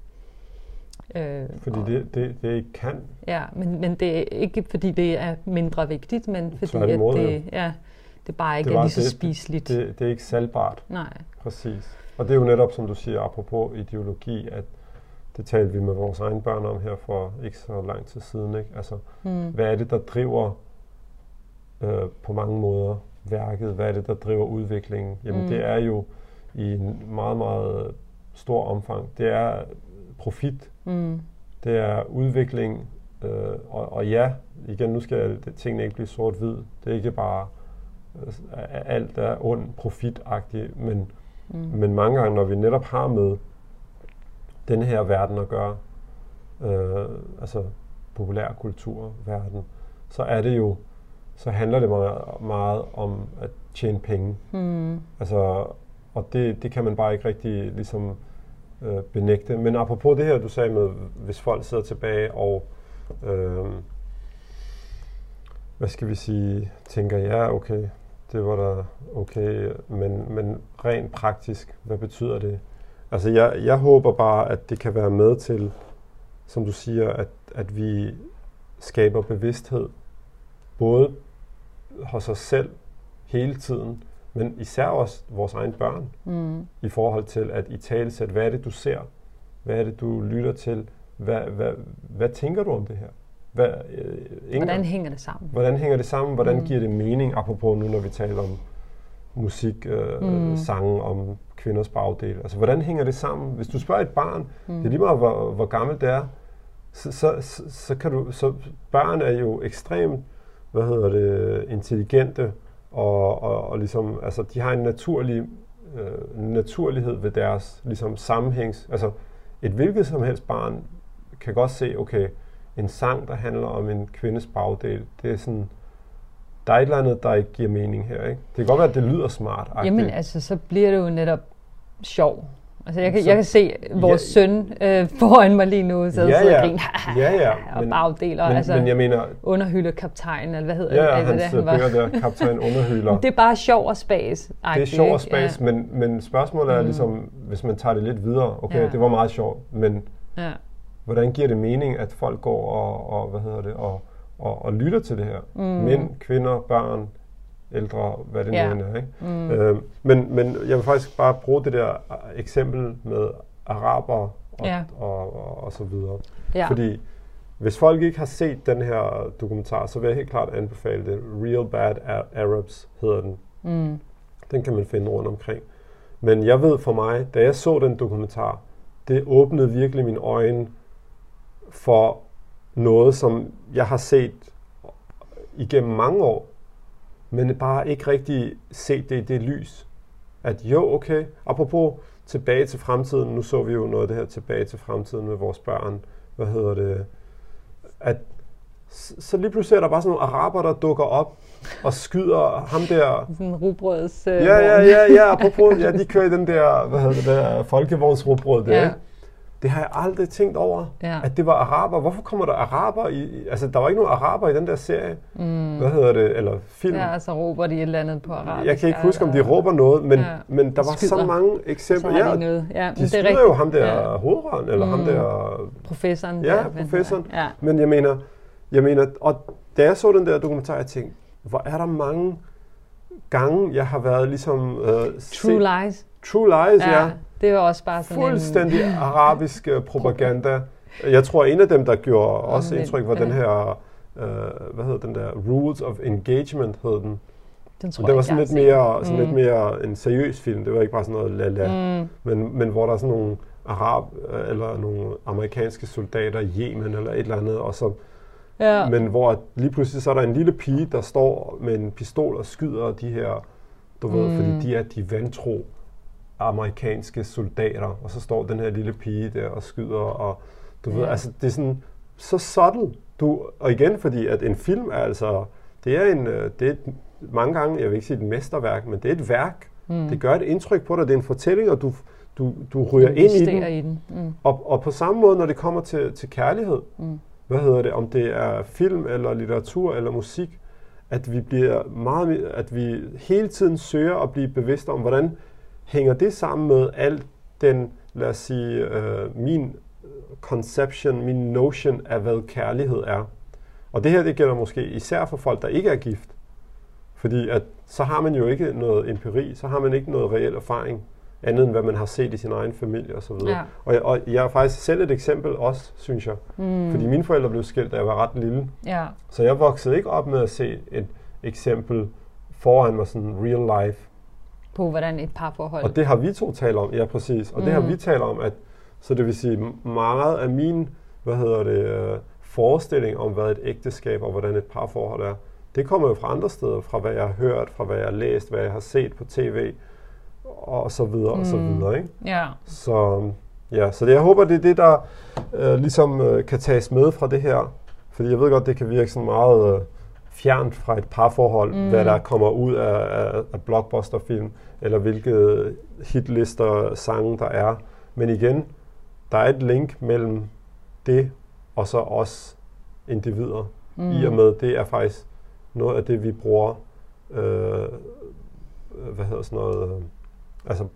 Øh, fordi og, det, det, det ikke kan. Ja, men, men det er ikke, fordi det er mindre vigtigt, men fordi at det, ja, det bare ikke det er lige så spiseligt. Det, det, det er ikke salgbart. Nej. Præcis. Og det er jo netop, som du siger, apropos ideologi, at det talte vi med vores egne børn om her for ikke så lang tid siden, ikke? Altså, hmm. hvad er det, der driver øh, på mange måder værket? Hvad er det, der driver udviklingen? Jamen, mm. det er jo i en meget, meget stor omfang. Det er profit. Mm. Det er udvikling. Øh, og, og ja, igen, nu skal tingene ikke blive sort-hvid. Det er ikke bare øh, alt er ond, profitagtigt, men, mm. men mange gange, når vi netop har med den her verden at gøre, øh, altså populærkulturverden, så er det jo så handler det meget, meget om at tjene penge. Mm. Altså, og det, det kan man bare ikke rigtig ligesom øh, benægte. Men apropos det her, du sagde med, hvis folk sidder tilbage og, øh, hvad skal vi sige, tænker, ja, okay, det var da okay, men, men rent praktisk, hvad betyder det? Altså, jeg, jeg håber bare, at det kan være med til, som du siger, at, at vi skaber bevidsthed, både hos os selv hele tiden, men især også vores egne børn, mm. i forhold til at italesætte, hvad er det, du ser? Hvad er det, du lytter til? Hvad, hvad, hvad tænker du om det her? Hvad, øh, Inger, hvordan hænger det sammen? Hvordan hænger det sammen? Hvordan mm. giver det mening, apropos nu, når vi taler om musik, øh, mm. sange, om kvinders bagdel? Altså, hvordan hænger det sammen? Hvis du spørger et barn, mm. det er lige meget, hvor, hvor gammelt det er, så, så, så, så kan du... Så børn er jo ekstremt, hvad hedder det, intelligente, og, og, og ligesom, altså, de har en naturlig øh, naturlighed ved deres ligesom sammenhængs... Altså, et hvilket som helst barn kan godt se, okay, en sang, der handler om en kvindes bagdel, det er sådan, der er et eller andet, der ikke giver mening her, ikke? Det kan godt være, at det lyder smart. Jamen altså, så bliver det jo netop sjov. Altså, jeg kan, så, jeg kan se vores ja, søn øh, foran mig lige nu, så ja, sidder ja. og griner, ja, ja. og bagdeler, men, altså men jeg mener, underhylder kaptajnen, eller hvad hedder ja, det? Ja, altså, hans det, bøger der, kaptajn underhylder. Det er bare sjov og spas. Det er sjov og spas, ja. men, men spørgsmålet er mm. ligesom, hvis man tager det lidt videre, okay, ja. det var meget sjovt, men ja. hvordan giver det mening, at folk går og, og hvad hedder det, og, og, og lytter til det her? Mm. Mænd, kvinder, børn, ældre, hvad det ja. nu er, ikke? Mm. Øh, men, men jeg vil faktisk bare bruge det der eksempel med araber og, ja. og, og, og så videre. Ja. Fordi hvis folk ikke har set den her dokumentar, så vil jeg helt klart anbefale det. Real Bad Arabs hedder den. Mm. Den kan man finde rundt omkring. Men jeg ved for mig, da jeg så den dokumentar, det åbnede virkelig mine øjne for noget, som jeg har set igennem mange år, men bare ikke rigtig set det i det lys. At jo, okay, apropos tilbage til fremtiden, nu så vi jo noget af det her tilbage til fremtiden med vores børn, hvad hedder det, at så lige pludselig er der bare sådan nogle araber, der dukker op og skyder ham der. Sådan en rugbrøds øh, ja, ja, ja, ja, apropos, ja, de kører i den der, hvad hedder det der, folkevognsrugbrød der, ja. ikke? Det har jeg aldrig tænkt over, ja. at det var araber. Hvorfor kommer der araber i... Altså, der var ikke nogen araber i den der serie. Mm. Hvad hedder det? Eller film. Ja, så råber de et eller andet på arabisk. Jeg kan ikke huske, om de råber noget, men, ja. men der var skyder. så mange eksempler. Ja, de, ja, de skyder jo ham der ja. hovedrollen, eller mm. ham der... Professoren. Ja, der, professoren. Ja. Men jeg mener, jeg mener... Og da jeg så den der dokumentar, jeg tænkte, hvor er der mange gange, jeg har været ligesom... Uh, True set, Lies. True Lies, ja. ja. Det var også bare sådan fuldstændig en... arabisk uh, propaganda. Jeg tror, en af dem, der gjorde også indtryk, var ja. den her, uh, hvad hedder den der, Rules of Engagement hed den. Den tror det var sådan, lidt mere, mm. sådan lidt mere en seriøs film. Det var ikke bare sådan noget la-la. Mm. Men, men hvor der er sådan nogle arab, eller nogle amerikanske soldater i Yemen eller et eller andet, og så ja. men hvor lige pludselig så er der en lille pige, der står med en pistol og skyder de her, du mm. ved, fordi de er de vantro amerikanske soldater, og så står den her lille pige der og skyder, og du ja. ved, altså det er sådan, så subtle, du, og igen, fordi at en film er altså, det er en, det er et, mange gange, jeg vil ikke sige et mesterværk, men det er et værk, mm. det gør et indtryk på dig, det er en fortælling, og du, du, du ryger du ind i den, i den. Mm. Og, og på samme måde, når det kommer til, til kærlighed, mm. hvad hedder det, om det er film, eller litteratur, eller musik, at vi bliver meget, at vi hele tiden søger at blive bevidste om, hvordan hænger det sammen med al den, lad os sige, øh, min conception, min notion af, hvad kærlighed er. Og det her, det gælder måske især for folk, der ikke er gift. Fordi at, så har man jo ikke noget empiri, så har man ikke noget reel erfaring, andet end hvad man har set i sin egen familie osv. Ja. Og, og jeg er faktisk selv et eksempel også, synes jeg. Mm. Fordi mine forældre blev skilt, da jeg var ret lille. Ja. Så jeg voksede ikke op med at se et eksempel foran mig, sådan real life. På hvordan et parforhold. Og det har vi to talt om, ja præcis. Og mm. det har vi talt om, at så det vil sige meget af min, hvad hedder det, forestilling om, hvad et ægteskab og hvordan et parforhold er, det kommer jo fra andre steder, fra hvad jeg har hørt, fra hvad jeg har læst, hvad jeg har set på tv, og så videre, mm. og så videre, ikke? Ja. Så, ja, så det, jeg håber, det er det, der øh, ligesom øh, kan tages med fra det her. Fordi jeg ved godt, det kan virke sådan meget øh, fjernt fra et parforhold, mm. hvad der kommer ud af, af, af blockbusterfilm, eller hvilke hitlister, sange der er. Men igen, der er et link mellem det og så os individer. Mm. I og med, det er faktisk noget af det, vi bruger, øh, hvad hedder sådan noget, øh, altså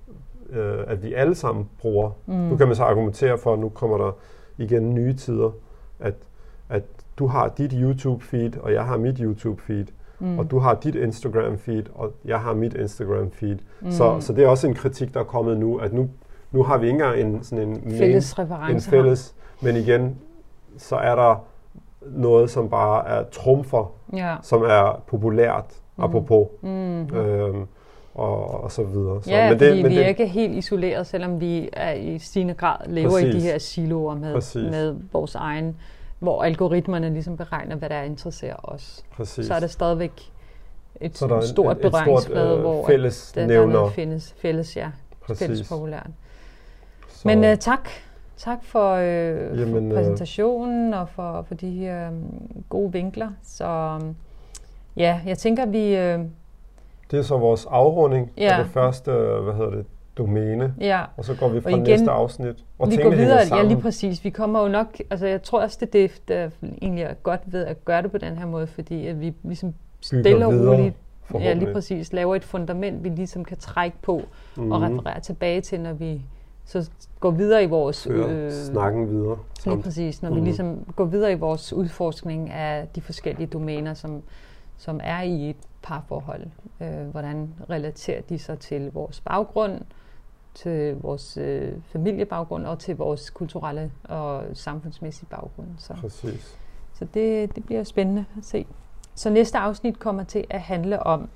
øh, at vi alle sammen bruger. Mm. Nu kan man så argumentere for, at nu kommer der igen nye tider, at, at du har dit YouTube-feed, og jeg har mit YouTube-feed, mm. og du har dit Instagram-feed, og jeg har mit Instagram-feed. Mm. Så, så det er også en kritik, der er kommet nu, at nu, nu har vi ikke engang en, sådan en, fælles main, reference. En fælles, men igen, så er der noget, som bare er trumfer, ja. Som er populært, mm. apropos, mm. øhm, og, og så videre. Så, ja, men fordi det, men vi det, er ikke helt isoleret, selvom vi er i stigende grad lever præcis. I de her siloer med, med vores egen, hvor algoritmerne ligesom beregner, hvad der interesserer os. Præcis. Så er der stadigvæk et så der stort et, et berøringsflade, stort, øh, hvor fælles der, der findes fælles, ja, fælles populært. Så. Men uh, tak. Tak for, øh, Jamen, for præsentationen og for, for de her um, gode vinkler. Så um, ja, jeg tænker, vi... Øh, det er så vores afrunding ja. Af det første, hvad hedder det, domæne. Ja. Og så går vi fra igen, næste afsnit. Og vi går videre, ja lige præcis. Vi kommer jo nok... Altså jeg tror også, det er det, der egentlig er godt ved at gøre det på den her måde, fordi at vi ligesom stille og roligt, ja lige præcis, laver et fundament, vi ligesom kan trække på mm. og referere tilbage til, når vi... så går videre i vores... Øh, snakken videre. Lige præcis, når mm. vi ligesom går videre i vores udforskning af de forskellige domæner, som, som er i et parforhold. Øh, hvordan relaterer de sig til vores baggrund, til vores øh, familiebaggrund og til vores kulturelle og samfundsmæssige baggrund. Så, præcis. Så det, det bliver spændende at se. Så næste afsnit kommer til at handle om...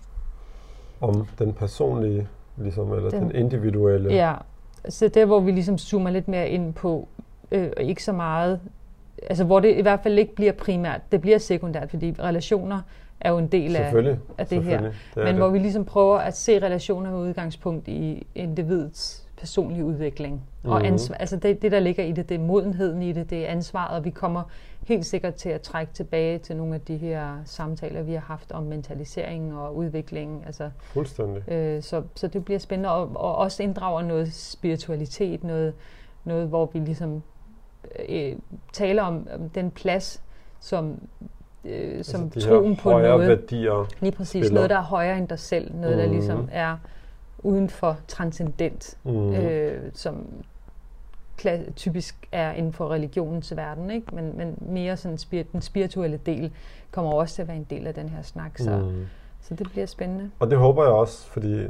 Om den personlige, ligesom, eller den, den individuelle... Ja. Så det, hvor vi ligesom zoomer lidt mere ind på, øh, og ikke så meget, altså hvor det i hvert fald ikke bliver primært, det bliver sekundært, fordi relationer er jo en del af, af det her. Det Men det. Hvor vi ligesom prøver at se relationer med udgangspunkt i individets personlige udvikling. Mm-hmm. Og ansvar, altså det, det, der ligger i det, det er modenheden i det, det er ansvaret, og vi kommer helt sikkert til at trække tilbage til nogle af de her samtaler, vi har haft om mentalisering og udvikling. Altså, fuldstændig. Øh, så, så det bliver spændende, og, og også inddrager noget spiritualitet, noget, noget hvor vi ligesom øh, taler om, om den plads, som, øh, altså som troen på noget. Værdier lige præcis, spiller. Noget, der er højere end dig selv, noget, mm. der ligesom er uden for transcendent, mm. øh, som typisk er inden for religionens verden, ikke? Men, men mere sådan spirit, den spirituelle del kommer også til at være en del af den her snak, så, mm. så det bliver spændende. Og det håber jeg også, fordi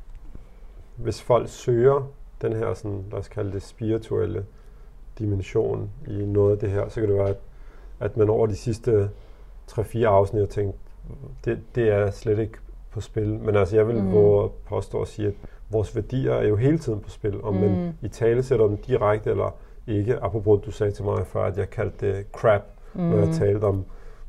hvis folk søger den her, sådan, lad os kalde det spirituelle dimension i noget af det her, så kan det være, at, at man over de sidste tre-fire afsnit har tænkt, det, det er slet ikke på spil. Men altså, jeg vil mm. våge påstå at sige, at vores værdier er jo hele tiden på spil, om mm. man i tale sætter dem direkte eller ikke. Apropos, du sagde til mig før, at jeg kaldte det crap, mm. når jeg talte om,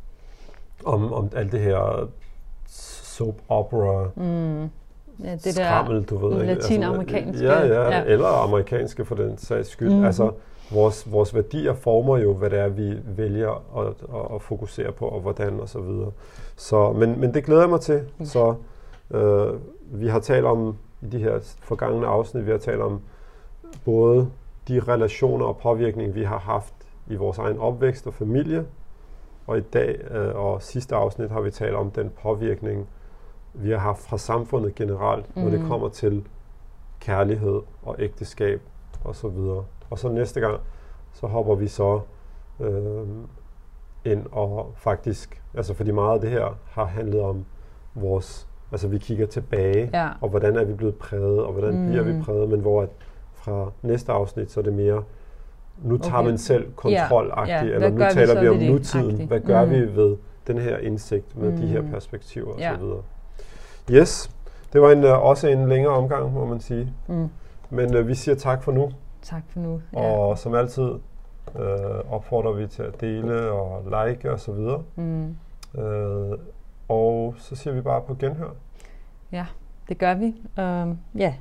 om, om alt det her soap opera, mm. ja, det skrammel, du ved. Latinamerikanske. Altså, ja, ja, ja, eller amerikanske for den sags skyld. Mm. Altså, vores, vores værdier former jo, hvad det er, vi vælger at, at, at fokusere på, og hvordan, og så videre. Så, men, men det glæder jeg mig til. Mm. Så øh, vi har talt om, i de her forgangne afsnit, vi har talt om både de relationer og påvirkning, vi har haft i vores egen opvækst og familie. Og i dag øh, og sidste afsnit har vi talt om den påvirkning, vi har haft fra samfundet generelt, mm. når det kommer til kærlighed og ægteskab og så videre. Og så næste gang, så hopper vi så øh, ind og faktisk, altså fordi meget af det her har handlet om vores, altså vi kigger tilbage, ja. Og hvordan er vi blevet præget, og hvordan mm. bliver vi præget, men hvor at fra næste afsnit, så er det mere, nu tager okay. man selv kontrol-agtigt, ja. Ja. Eller nu taler vi, vi om nutiden, agtigt. Hvad gør mm. vi ved den her indsigt med mm. de her perspektiver og ja. så videre. Yes, det var en, uh, også en længere omgang, må man sige. Mm. Men uh, vi siger tak for nu. Tak for nu. Ja. Og som altid øh, opfordrer vi til at dele og like og så videre. Mm. Øh, og så siger vi bare på genhør. Ja, det gør vi. Um, ja.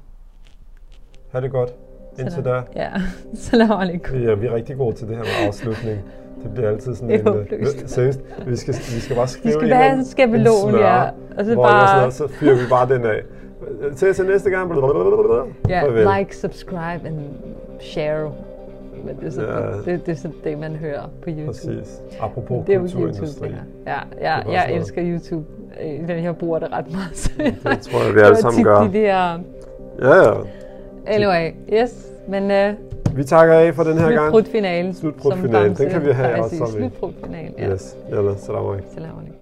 Ha' det godt. Indtil da. Ja, salam alaikum. Ja, vi er rigtig gode til det her med afslutning. Det bliver altid sådan en... Øh, seriøst, vi skal, vi skal bare skrive vi skal en, en skabelon, ja. Og så bare... Så fyrer vi bare den af. Se til næste gang. Ja, yeah, like, subscribe and share. Men det er sådan, ja. det, det, det, er sådan det, man hører på YouTube. Præcis. Apropos det er kulturindustri. YouTube, ja, ja, jeg sådan. elsker YouTube. Den her bruger det ret meget. Det tror jeg, vi alle sammen gør. De der, ja, ja. Anyway, yes. Men uh, vi takker af for den her gang. Slutbrudfinalen. Slutbrudfinalen. Den kan vi have også sammen. Slutbrudfinalen, ja. Yes. Yalla, salam alaikum. Salam alaikum.